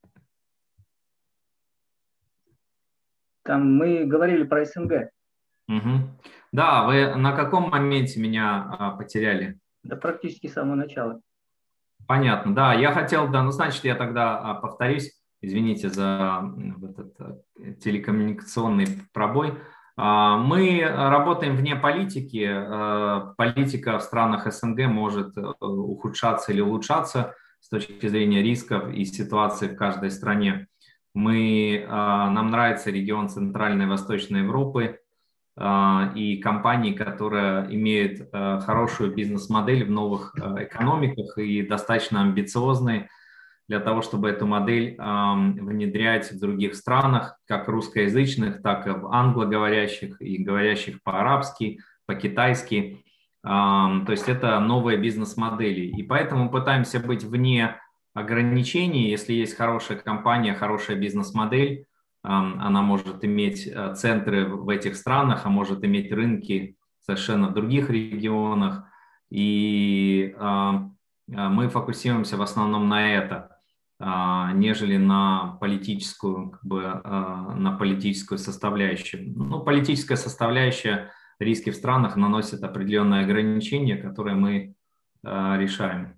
Там мы говорили про СНГ. Угу. Да, вы на каком моменте меня потеряли? Да практически с самого начала. Понятно, да, я хотел, да, ну, значит, я тогда повторюсь, извините за этот телекоммуникационный пробой. Мы работаем вне политики, политика в странах СНГ может ухудшаться или улучшаться с точки зрения рисков и ситуации в каждой стране. Нам нравится регион Центральной и Восточной Европы, и компании, которые имеют хорошую бизнес-модель в новых экономиках и достаточно амбициозные для того, чтобы эту модель внедрять в других странах, как русскоязычных, так и в англоговорящих и говорящих по-арабски, по-китайски. То есть это новые бизнес-модели. И поэтому мы пытаемся быть вне ограничений. Если есть хорошая компания, хорошая бизнес-модель, она может иметь центры в этих странах, а может иметь рынки совершенно в других регионах. И мы фокусируемся в основном на это, нежели на политическую, на политическую составляющую. Ну, политическая составляющая, риски в странах наносят определенные ограничения, которые мы решаем.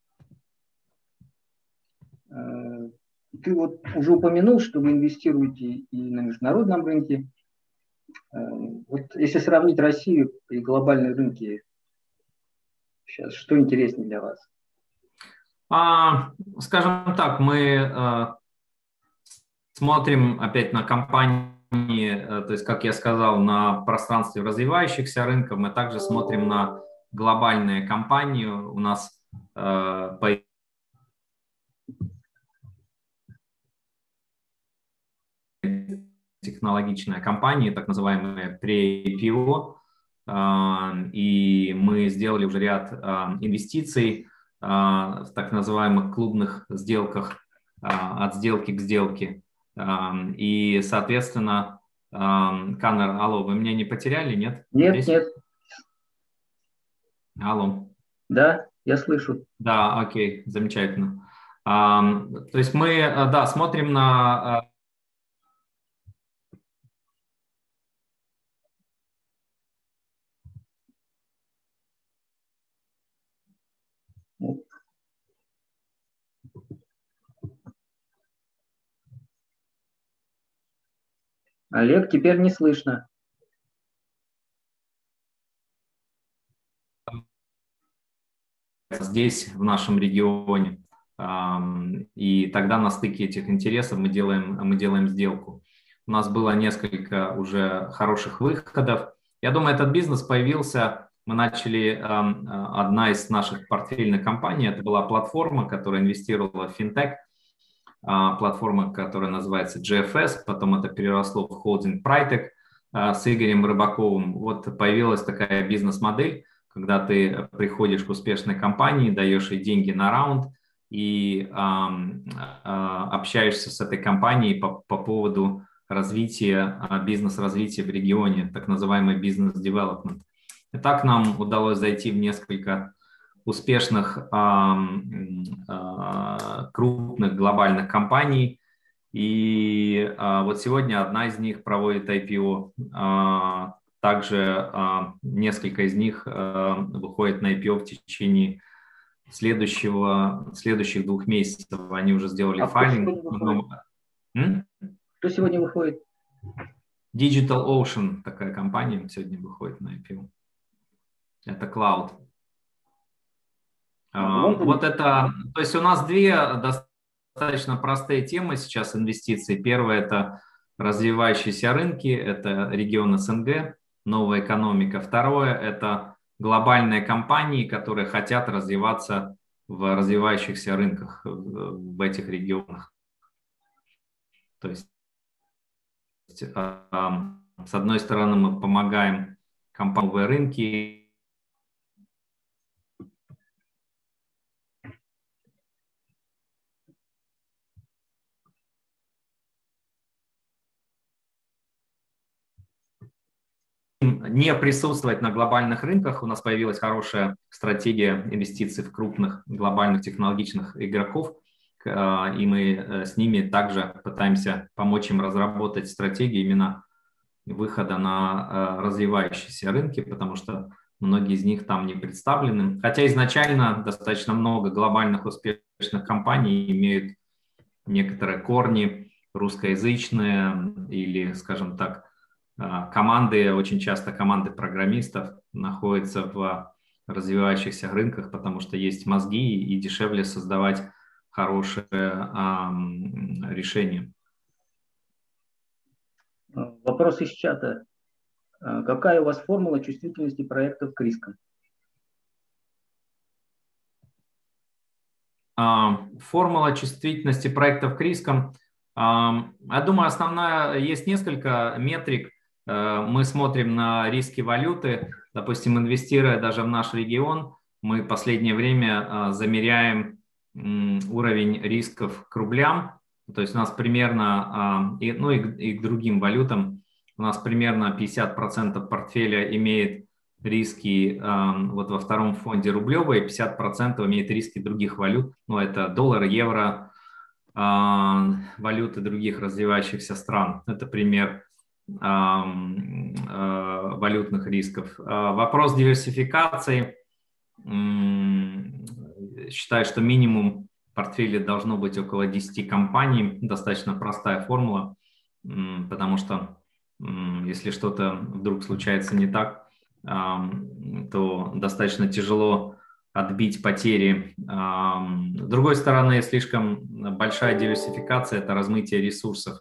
Ты вот уже упомянул, что вы инвестируете и на международном рынке. Вот если сравнить Россию и глобальные рынки, сейчас что интереснее для вас? Скажем так, мы смотрим опять на компании, то есть, как я сказал, на пространстве развивающихся рынков, мы также смотрим на глобальные компании. У нас технологичная компания, так называемые pre-IPO, и мы сделали уже ряд инвестиций в так называемых клубных сделках, от сделки к сделке. И, соответственно, Канер, алло, вы меня не потеряли, нет? Нет, Здесь? нет. Алло. Да, я слышу. Да, окей, замечательно. То есть мы, да, смотрим на... Олег, теперь не слышно. Здесь, в нашем регионе. И тогда на стыке этих интересов мы делаем сделку. У нас было несколько уже хороших выходов. Я думаю, этот бизнес появился, мы начали, одна из наших портфельных компаний, это была платформа, которая инвестировала в финтех, платформа, которая называется GFS, потом это переросло в холдинг Pritec с Игорем Рыбаковым. Вот появилась такая бизнес-модель, когда ты приходишь к успешной компании, даешь ей деньги на раунд и общаешься с этой компанией по поводу развития, бизнес-развития в регионе, так называемый бизнес-девелопмент. И так нам удалось зайти в несколько успешных крупных глобальных компаний. И вот сегодня одна из них проводит IPO. Также несколько из них выходит на IPO в течение следующих 2 месяцев. Они уже сделали файлинг. Кто сегодня выходит? Digital Ocean, такая компания, сегодня выходит на IPO. Это клауд. Вот это, то есть у нас 2 достаточно простые темы сейчас инвестиций. Первое – это развивающиеся рынки, это регион СНГ, новая экономика. Второе – это глобальные компании, которые хотят развиваться в развивающихся рынках в этих регионах. То есть, с одной стороны, мы помогаем компаниям в рынке, не присутствовать на глобальных рынках. У нас появилась хорошая стратегия инвестиций в крупных глобальных технологичных игроков, и мы с ними также пытаемся помочь им разработать стратегии именно выхода на развивающиеся рынки, потому что многие из них там не представлены. Хотя изначально достаточно много глобальных успешных компаний имеют некоторые корни русскоязычные или, скажем так, команды, очень часто команды программистов находятся в развивающихся рынках, потому что есть мозги и дешевле создавать хорошие решения. Вопрос из чата. Какая у вас формула чувствительности проектов к рискам? Формула чувствительности проектов к рискам. Я думаю, основная, есть несколько метрик. Мы смотрим на риски валюты. Допустим, инвестируя даже в наш регион, мы в последнее время замеряем уровень рисков к рублям. То есть у нас примерно, и к другим валютам, у нас примерно 50% портфеля имеет риски вот во втором фонде рублевые, 50% имеет риски других валют. Ну, это доллар, евро, валюты других развивающихся стран. Это пример валютных рисков. Вопрос диверсификации. Считаю, что минимум в портфеле должно быть около 10 компаний. Достаточно простая формула, потому что если что-то вдруг случается не так, то достаточно тяжело отбить потери. С другой стороны, слишком большая диверсификация – это размытие ресурсов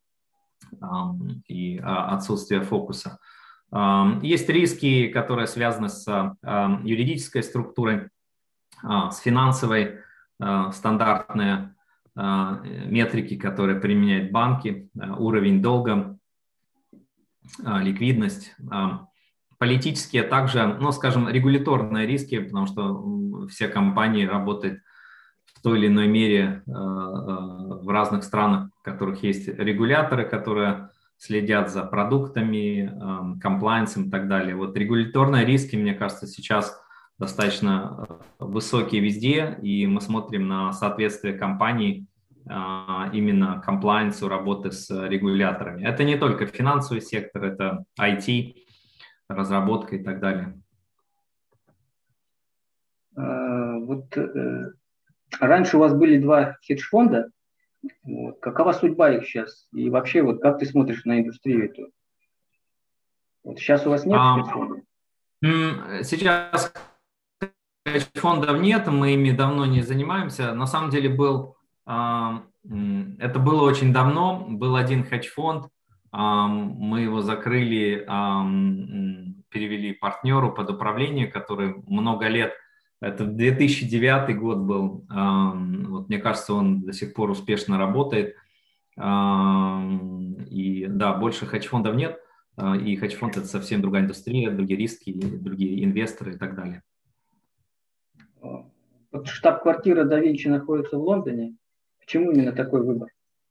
и отсутствие фокуса. Есть риски, которые связаны с юридической структурой, с финансовой, стандартные метрики, которые применяют банки, уровень долга, ликвидность. Политические также, ну, скажем, регуляторные риски, потому что все компании работают в той или иной мере в разных странах, в которых есть регуляторы, которые следят за продуктами, комплайенсом и так далее. Вот регуляторные риски, мне кажется, сейчас достаточно высокие везде, и мы смотрим на соответствие компаний именно комплайенсу работы с регуляторами. Это не только финансовый сектор, это IT, разработка и так далее. Раньше у вас были два хедж-фонда. Какова судьба их сейчас? И вообще, как ты смотришь на индустрию эту? Сейчас у вас нет хедж-фондов? Сейчас хедж-фондов нет, мы ими давно не занимаемся. На самом деле это было очень давно. Был один хедж-фонд, мы его закрыли, перевели партнеру под управление, который много лет, это 2009 год был, вот мне кажется, он до сих пор успешно работает. И да, больше хедж-фондов нет, и хедж-фонд – это совсем другая индустрия, другие риски, другие инвесторы и так далее. Штаб-квартира да Винчи находится в Лондоне. Почему именно такой выбор?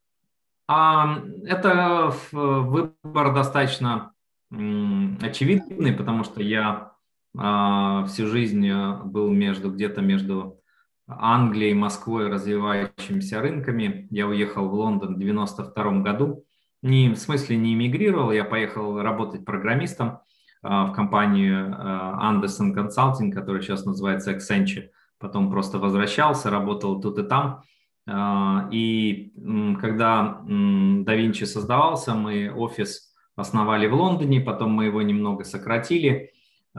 Это выбор достаточно очевидный, потому что я всю жизнь был где-то между Англией, Москвой, развивающимися рынками. Я уехал в Лондон в 1992 году. В смысле не эмигрировал, я поехал работать программистом в компанию Anderson Consulting, которая сейчас называется Accenture. Потом просто возвращался, работал тут и там. И когда DaVinci создавался, мы офис основали в Лондоне, потом мы его немного сократили.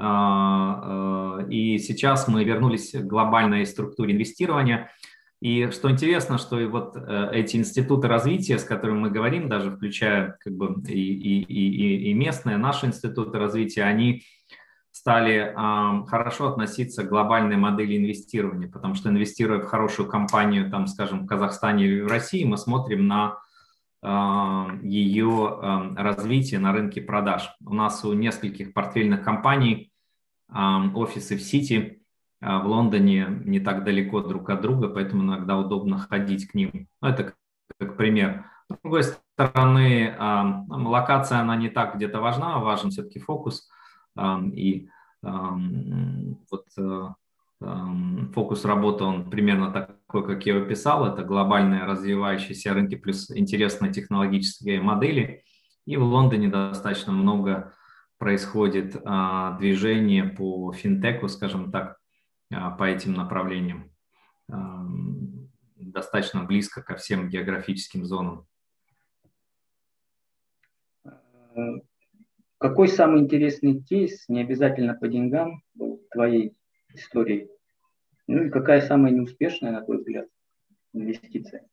И сейчас мы вернулись к глобальной структуре инвестирования. И что интересно, что и вот эти институты развития, с которыми мы говорим, даже включая и местные, наши институты развития, они стали хорошо относиться к глобальной модели инвестирования, потому что, инвестируя в хорошую компанию, там, скажем, в Казахстане или в России, мы смотрим на ее развитие на рынке продаж. У нас у нескольких портфельных компаний офисы в Сити, в Лондоне не так далеко друг от друга, поэтому иногда удобно ходить к ним. Это как пример. другой стороны, локация, она не так где-то важна, важен все-таки фокус. И вот фокус работы, он примерно такой, как я его писал. Это глобальные развивающиеся рынки плюс интересные технологические модели. И в Лондоне достаточно много происходит движения по финтеку, скажем так, по этим направлениям. Достаточно близко ко всем географическим зонам. Какой самый интересный кейс, не обязательно по деньгам, был в твоей истории? Ну и какая самая неуспешная, на твой взгляд, инвестиция?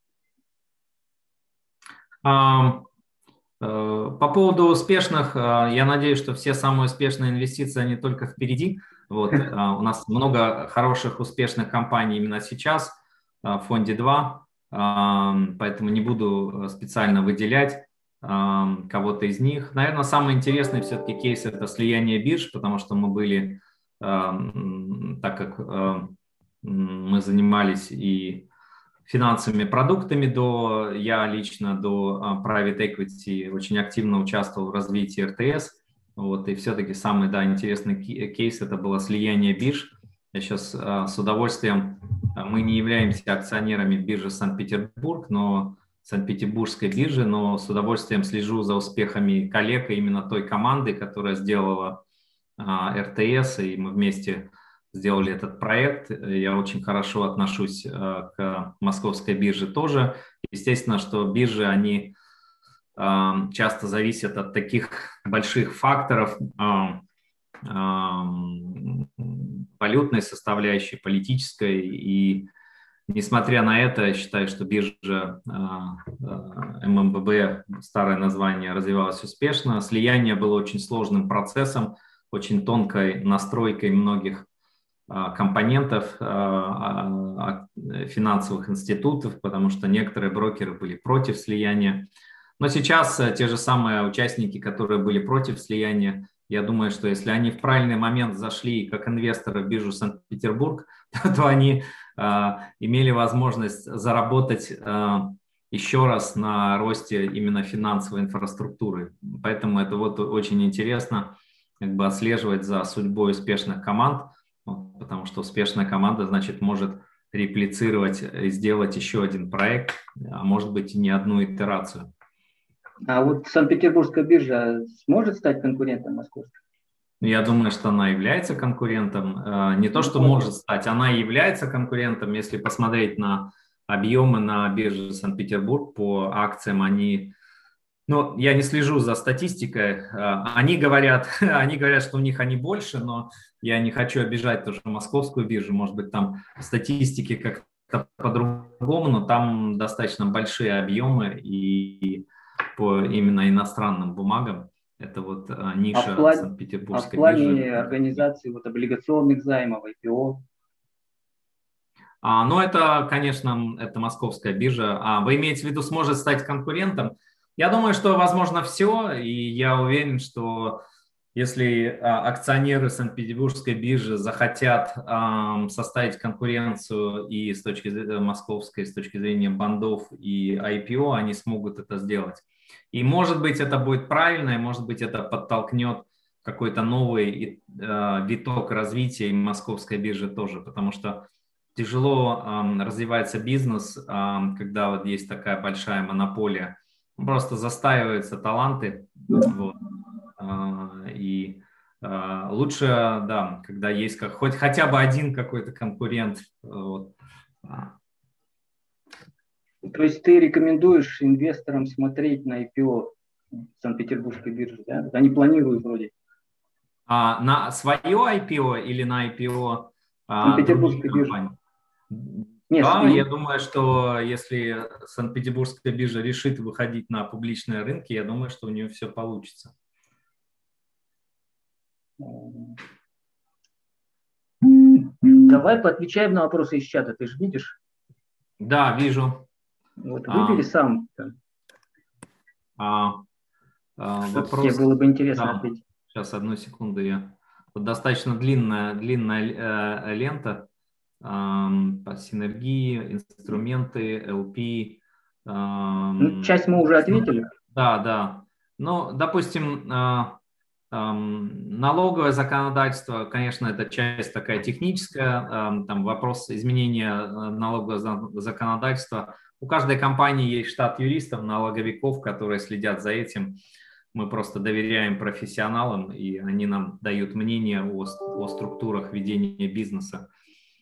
По поводу успешных, я надеюсь, что все самые успешные инвестиции, они только впереди. Вот, у нас много хороших, успешных компаний именно сейчас в фонде 2, поэтому не буду специально выделять кого-то из них. Наверное, самый интересный все-таки кейс – это слияние бирж, потому что мы были, так как мы занимались и финансовыми продуктами я лично до Private Equity очень активно участвовал в развитии РТС. Вот, и все-таки самый, да, интересный кейс – это было слияние бирж. Я сейчас с удовольствием, мы не являемся акционерами биржи Санкт-Петербург, Санкт-Петербургской биржи, но с удовольствием слежу за успехами коллег и именно той команды, которая сделала РТС, и мы вместе сделали этот проект. Я очень хорошо отношусь к московской бирже тоже. Естественно, что биржи, они часто зависят от таких больших факторов, валютной составляющей, политической. И несмотря на это, я считаю, что биржа ММББ, старое название, развивалась успешно. Слияние было очень сложным процессом, очень тонкой настройкой многих компонентов финансовых институтов, потому что некоторые брокеры были против слияния. Но сейчас те же самые участники, которые были против слияния, я думаю, что если они в правильный момент зашли как инвесторы в биржу Санкт-Петербург, то они имели возможность заработать еще раз на росте именно финансовой инфраструктуры. Поэтому это вот очень интересно отслеживать за судьбой успешных команд, потому что успешная команда, значит, может реплицировать и сделать еще один проект, а может быть и не одну итерацию. А вот Санкт-Петербургская биржа сможет стать конкурентом московской? Я думаю, что она является конкурентом. Не то, что может стать, она является конкурентом. Если посмотреть на объемы на бирже Санкт-Петербург по акциям, ну, я не слежу за статистикой. Они говорят, что у них они больше, но я не хочу обижать тоже московскую биржу. Может быть, там статистики как-то по-другому, но там достаточно большие объемы и по именно иностранным бумагам. Это вот ниша Санкт-Петербургской биржи. А в плане организации вот облигационных займов, IPO? Ну, это, конечно, это московская биржа. Вы имеете в виду, сможет стать конкурентом? Я думаю, что возможно все, и я уверен, что если акционеры Санкт-Петербургской биржи захотят составить конкуренцию и с точки зрения московской, с точки зрения бандов и IPO, они смогут это сделать. И может быть это будет правильно, и может быть это подтолкнет какой-то новый виток развития и московской биржи тоже, потому что тяжело развивается бизнес, когда вот есть такая большая монополия. Просто застаиваются таланты. Вот. И лучше, да, когда есть хоть хотя бы один какой-то конкурент. Вот. То есть ты рекомендуешь инвесторам смотреть на IPO Санкт-Петербургской биржи, да? Они планируют вроде. На свое IPO или на IPO Санкт-Петербургской биржи? Нет, да, я думаю, что если Санкт-Петербургская биржа решит выходить на публичные рынки, я думаю, что у нее все получится. Давай поотвечаем на вопросы из чата, ты же видишь? Да, вижу. Вот выбери сам. Вопрос... Тебе было бы интересно ответить. Сейчас, одну секунду. Вот достаточно длинная лента по синергии, инструменты, LP, Часть мы уже ответили. Да, да. Ну, допустим, налоговое законодательство, конечно, это часть такая техническая, там вопрос изменения налогового законодательства. У каждой компании есть штат юристов, налоговиков, которые следят за этим. Мы просто доверяем профессионалам, и они нам дают мнение о структурах ведения бизнеса.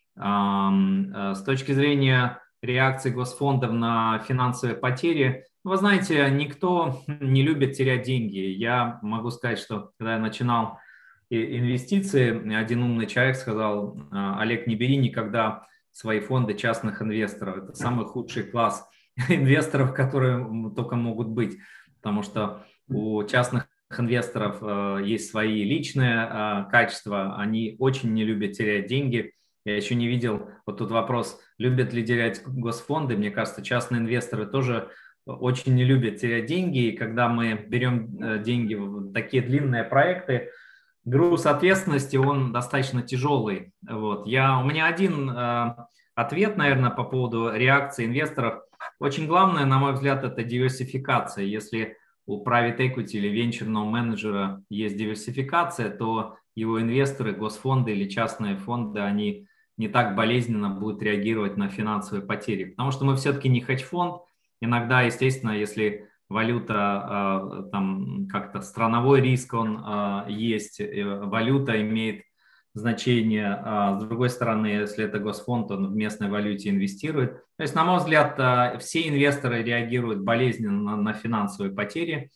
С точки зрения реакции госфондов на финансовые потери, вы знаете, никто не любит терять деньги. Я могу сказать, что когда я начинал инвестиции, один умный человек сказал: Олег, не бери никогда свои фонды частных инвесторов. Это самый худший класс инвесторов, которые только могут быть, потому что у частных инвесторов есть свои личные качества, они очень не любят терять деньги. Я еще не видел, вот тут вопрос, любят ли терять госфонды. Мне кажется, частные инвесторы тоже очень не любят терять деньги, и когда мы берем деньги в такие длинные проекты, груз ответственности, он достаточно тяжелый. Вот. У меня один ответ, наверное, по поводу реакции инвесторов. Очень главное, на мой взгляд, это диверсификация. Если у private equity или венчурного менеджера есть диверсификация, то его инвесторы, госфонды или частные фонды, они не так болезненно будут реагировать на финансовые потери. Потому что мы все-таки не хедж-фонд. Иногда, естественно, если валюта, там как-то страновой риск он есть, валюта имеет значение. С другой стороны, если это госфонд, он в местной валюте инвестирует. То есть, на мой взгляд, все инвесторы реагируют болезненно на финансовые потери.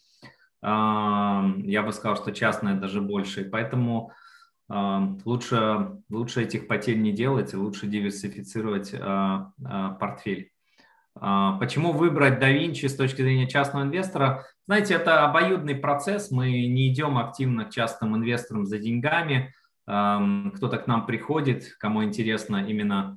Я бы сказал, что частные даже больше. Поэтому лучше этих потерь не делать, лучше диверсифицировать портфель. Почему выбрать DaVinci с точки зрения частного инвестора? Знаете, это обоюдный процесс. Мы не идем активно к частным инвесторам за деньгами. Кто-то к нам приходит, кому интересно именно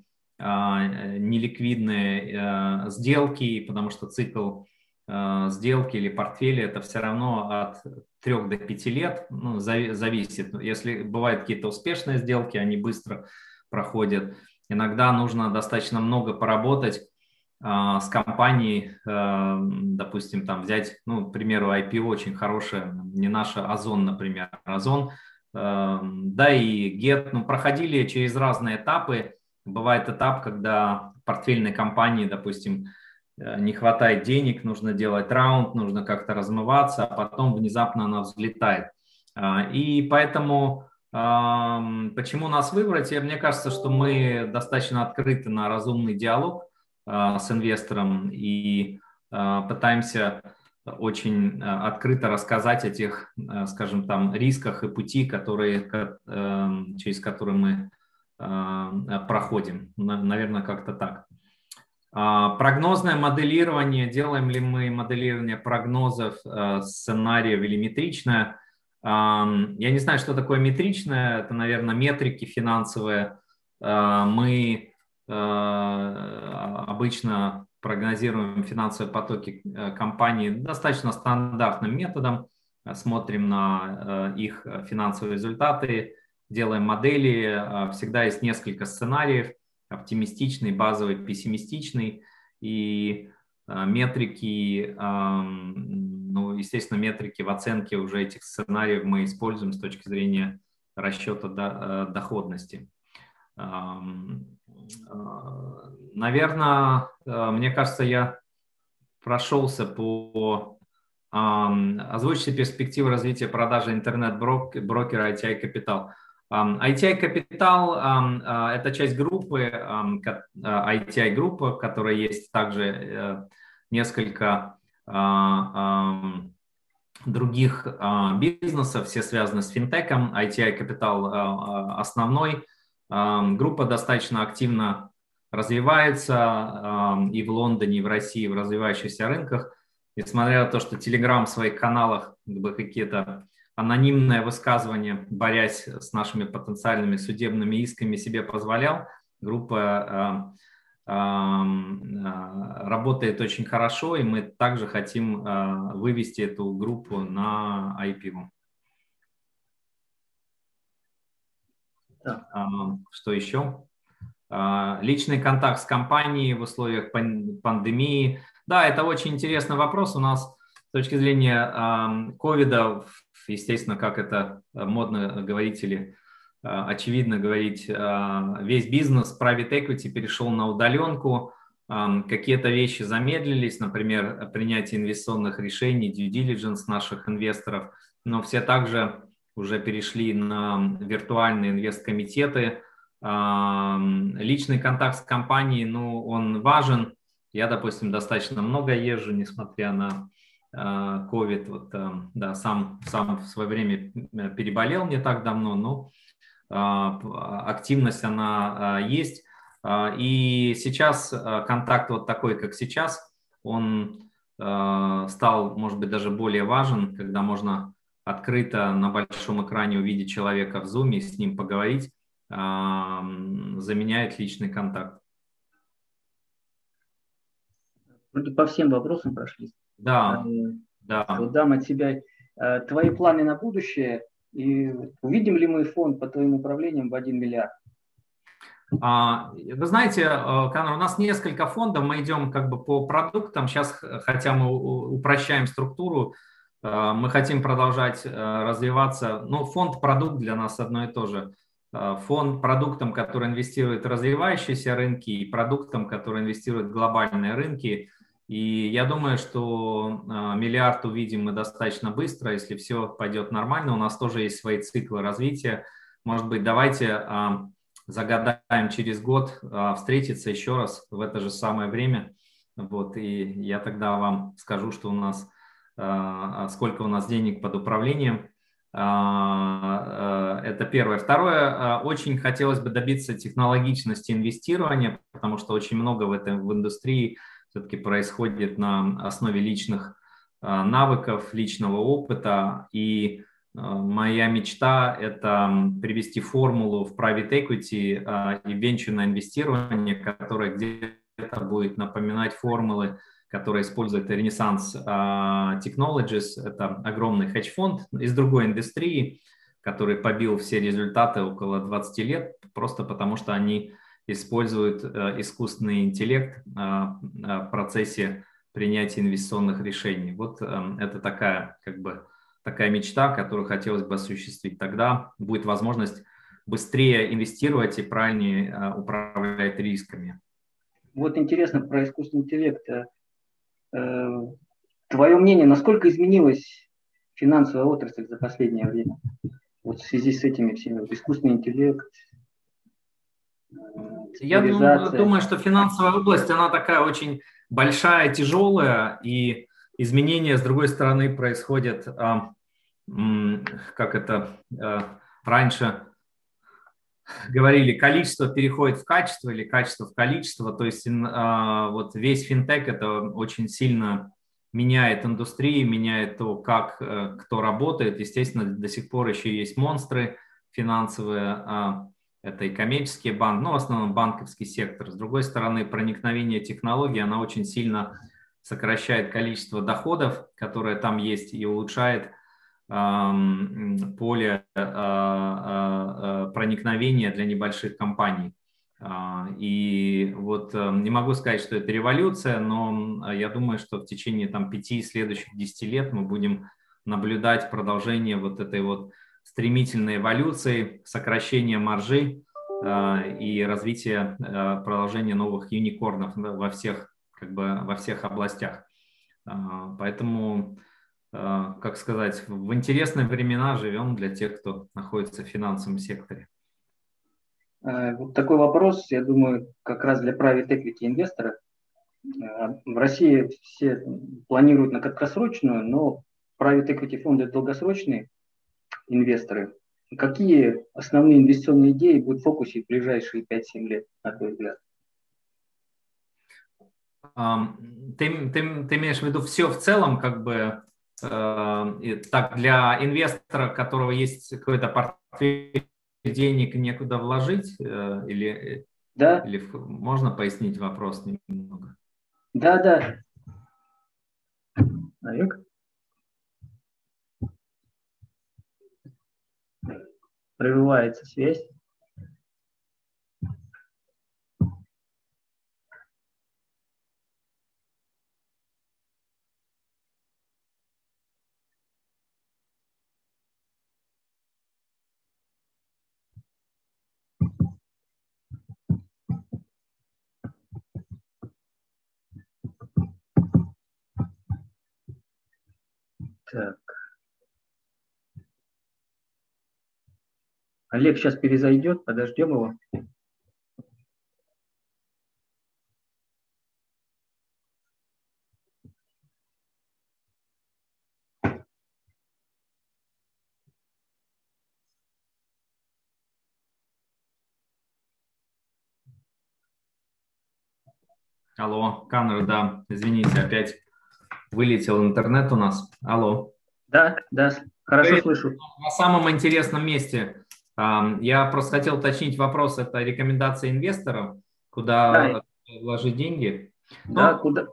неликвидные сделки, потому что цикл сделки или портфеля это все равно от 3 до 5 лет, ну, зависит. Если бывают какие-то успешные сделки, они быстро проходят. Иногда нужно достаточно много поработать с компанией, допустим, там взять, ну, к примеру, IPO очень хорошее, не наша Озон, например, Озон, да и Get, ну, проходили через разные этапы. Бывает этап, когда портфельной компании, допустим, не хватает денег, нужно делать раунд, нужно как-то размываться, а потом внезапно она взлетает. И поэтому почему нас выбрать? Мне кажется, что мы достаточно открыты на разумный диалог с инвестором и пытаемся очень открыто рассказать о тех, скажем, там, рисках и пути, через которые мы проходим. Наверное, как-то так. Прогнозное моделирование. Делаем ли мы моделирование прогнозов, сценариев или метричное? Я не знаю, что такое метричное. Это, наверное, метрики финансовые. Мы обычно прогнозируем финансовые потоки компании достаточно стандартным методом. Смотрим на их финансовые результаты, делаем модели. Всегда есть несколько сценариев. Оптимистичный, базовый, пессимистичный, и метрики, ну, естественно, метрики в оценке уже этих сценариев мы используем с точки зрения расчета доходности. Наверное, мне кажется, я прошелся по... Озвучьте перспективы развития продажи интернет-брокера ITI Capital. ITI Capital – это часть группы, ITI группа, в которой есть также несколько других бизнесов, все связаны с финтеком. ITI Capital основной. Группа достаточно активно развивается и в Лондоне, и в России, и в развивающихся рынках. Несмотря на то, что Telegram в своих каналах какие-то анонимное высказывание, борясь с нашими потенциальными судебными исками, себе позволял. Группа работает очень хорошо, и мы также хотим вывести эту группу на IPO. Что еще? Личный контакт с компанией в условиях пандемии. Да, это очень интересный вопрос. У нас с точки зрения ковида, естественно, как это модно говорить или очевидно говорить, весь бизнес private equity перешел на удаленку. Какие-то вещи замедлились, например, принятие инвестиционных решений, due diligence наших инвесторов, но все также уже перешли на виртуальные инвесткомитеты. Личный контакт с компанией, ну, он важен. Я, допустим, достаточно много езжу, несмотря на COVID. Вот, да, сам в свое время переболел не так давно, но активность она есть. И сейчас контакт вот такой, как сейчас, он стал, может быть, даже более важен, когда можно открыто на большом экране увидеть человека в Zoom и с ним поговорить, заменяет личный контакт. Вроде по всем вопросам прошли. Да, да. Дам от себя твои планы на будущее. И увидим ли мы фонд по твоим управлениям в 1 миллиард? Вы знаете, Конор, у нас несколько фондов, мы идем как бы по продуктам. Сейчас, хотя мы упрощаем структуру, мы хотим продолжать развиваться. Но фонд-продукт для нас одно и то же. Фонд продуктам, который инвестирует в развивающиеся рынки, и продуктам, которые инвестируют в глобальные рынки. И я думаю, что миллиард увидим мы достаточно быстро, если все пойдет нормально. У нас тоже есть свои циклы развития. Может быть, давайте загадаем через год встретиться еще раз в это же самое время. Вот, и я тогда вам скажу, что у нас, сколько у нас денег под управлением. Это первое. Второе, очень хотелось бы добиться технологичности инвестирования, потому что очень много в индустрии все-таки происходит на основе личных навыков, личного опыта. И моя мечта – это привести формулу в private equity и венчурное инвестирование, которое где-то будет напоминать формулы, которые использует Renaissance Technologies. Это огромный хедж-фонд из другой индустрии, который побил все результаты около 20 лет, просто потому что они используют искусственный интеллект в процессе принятия инвестиционных решений. Вот это такая, как бы, такая мечта, которую хотелось бы осуществить. Тогда будет возможность быстрее инвестировать и правильнее управлять рисками. Вот интересно про искусственный интеллект. Твое мнение, насколько изменилась финансовая отрасль за последнее время? Вот в связи с этими всеми, искусственный интеллект, я думаю, что финансовая область, она такая очень большая, тяжелая, и изменения, с другой стороны, происходят, как это раньше говорили, количество переходит в качество или качество в количество, то есть вот весь финтех это очень сильно меняет индустрию, меняет то, как кто работает. Естественно, до сих пор еще есть монстры финансовые, это и коммерческие банки, но в основном банковский сектор. С другой стороны, проникновение технологий, она очень сильно сокращает количество доходов, которые там есть, и улучшает поле проникновения для небольших компаний. И вот не могу сказать, что это революция, но я думаю, что в течение 5 следующих 10 лет мы будем наблюдать продолжение вот этой вот стремительной эволюции, сокращения маржи и развития, продолжения новых юникорнов во всех областях. Поэтому, как сказать, в интересные времена живем для тех, кто находится в финансовом секторе. Вот такой вопрос, я думаю, как раз для private equity инвесторов. В России все планируют на краткосрочную, но private equity фонды долгосрочные инвесторы. Какие основные инвестиционные идеи будут в фокусе в ближайшие 5-7 лет, на твой взгляд? Ты имеешь в виду все в целом, как бы, так для инвестора, у которого есть какой-то портфель денег, некуда вложить, или, да. Или можно пояснить вопрос немного? Да. Олег? Прерывается связь. Так. Олег сейчас перезайдет, подождем его. Алло, Канер, да, извините, опять вылетел интернет у нас. Алло. Да, хорошо Привет. слышу. На самом интересном месте. Я просто хотел уточнить вопрос. Это рекомендация инвесторов, куда вложить деньги? Да, Ну, куда?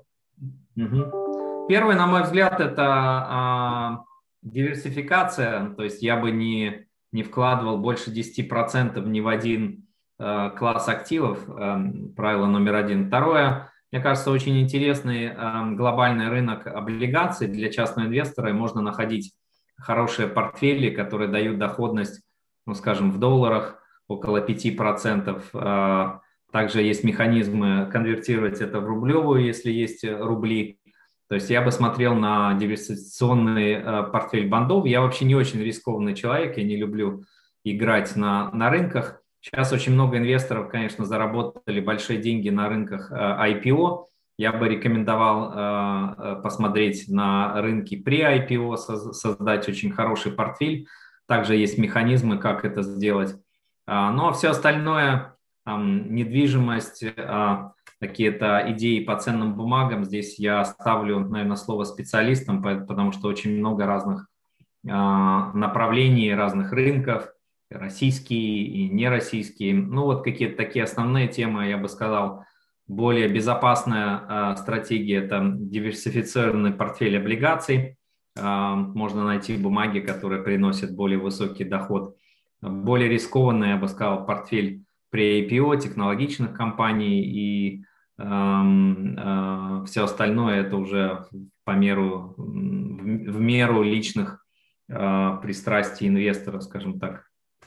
Угу. Первый, на мой взгляд, это диверсификация. То есть я бы не вкладывал больше 10% ни в один класс активов. Правило номер один. Второе, мне кажется, очень интересный глобальный рынок облигаций для частного инвестора. И можно находить хорошие портфели, которые дают доходность, ну, скажем, в долларах около 5%. Также есть механизмы конвертировать это в рублевую, если есть рубли. То есть я бы смотрел на диверсификационный портфель бандов. Я вообще не очень рискованный человек, я не люблю играть на рынках. Сейчас очень много инвесторов, конечно, заработали большие деньги на рынках IPO. Я бы рекомендовал посмотреть на рынки pre-IPO, создать очень хороший портфель. Также есть механизмы, как это сделать. Ну а все остальное, недвижимость, какие-то идеи по ценным бумагам, здесь я оставлю, наверное, слово специалистам, потому что очень много разных направлений, разных рынков, российские и нероссийские. Ну вот какие-то такие основные темы, я бы сказал. Более безопасная стратегия – это диверсифицированный портфель облигаций. Можно найти бумаги, которые приносят более высокий доход. Более рискованный, я бы сказал, портфель при IPO технологичных компаний, и все остальное – это уже в меру личных пристрастий инвестора, скажем так.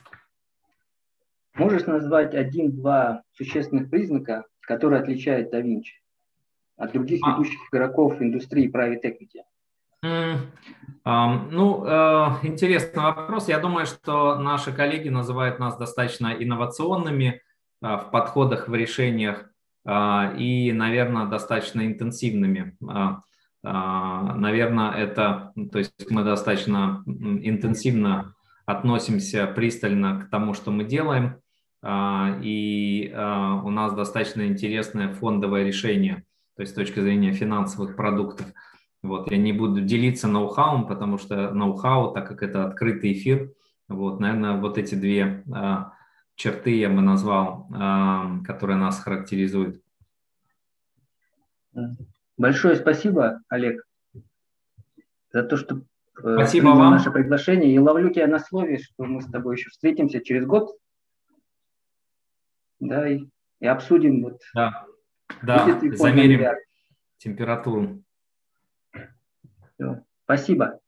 Можешь назвать один-два существенных признака, которые отличают DaVinci от других ведущих игроков индустрии private equity? Интересный вопрос. Я думаю, что наши коллеги называют нас достаточно инновационными в подходах, в решениях и, наверное, достаточно интенсивными. Наверное, то есть мы достаточно интенсивно относимся пристально к тому, что мы делаем, и у нас достаточно интересное фондовое решение, то есть с точки зрения финансовых продуктов. Вот, я не буду делиться ноу-хау, потому что ноу-хау, так как это открытый эфир, вот, наверное, вот эти две черты я бы назвал, которые нас характеризуют. Большое спасибо, Олег, за то, что принял наше приглашение. И ловлю тебя на слове, что мы с тобой еще встретимся через год, да, и обсудим. Вот, да, замерим температуру. Спасибо.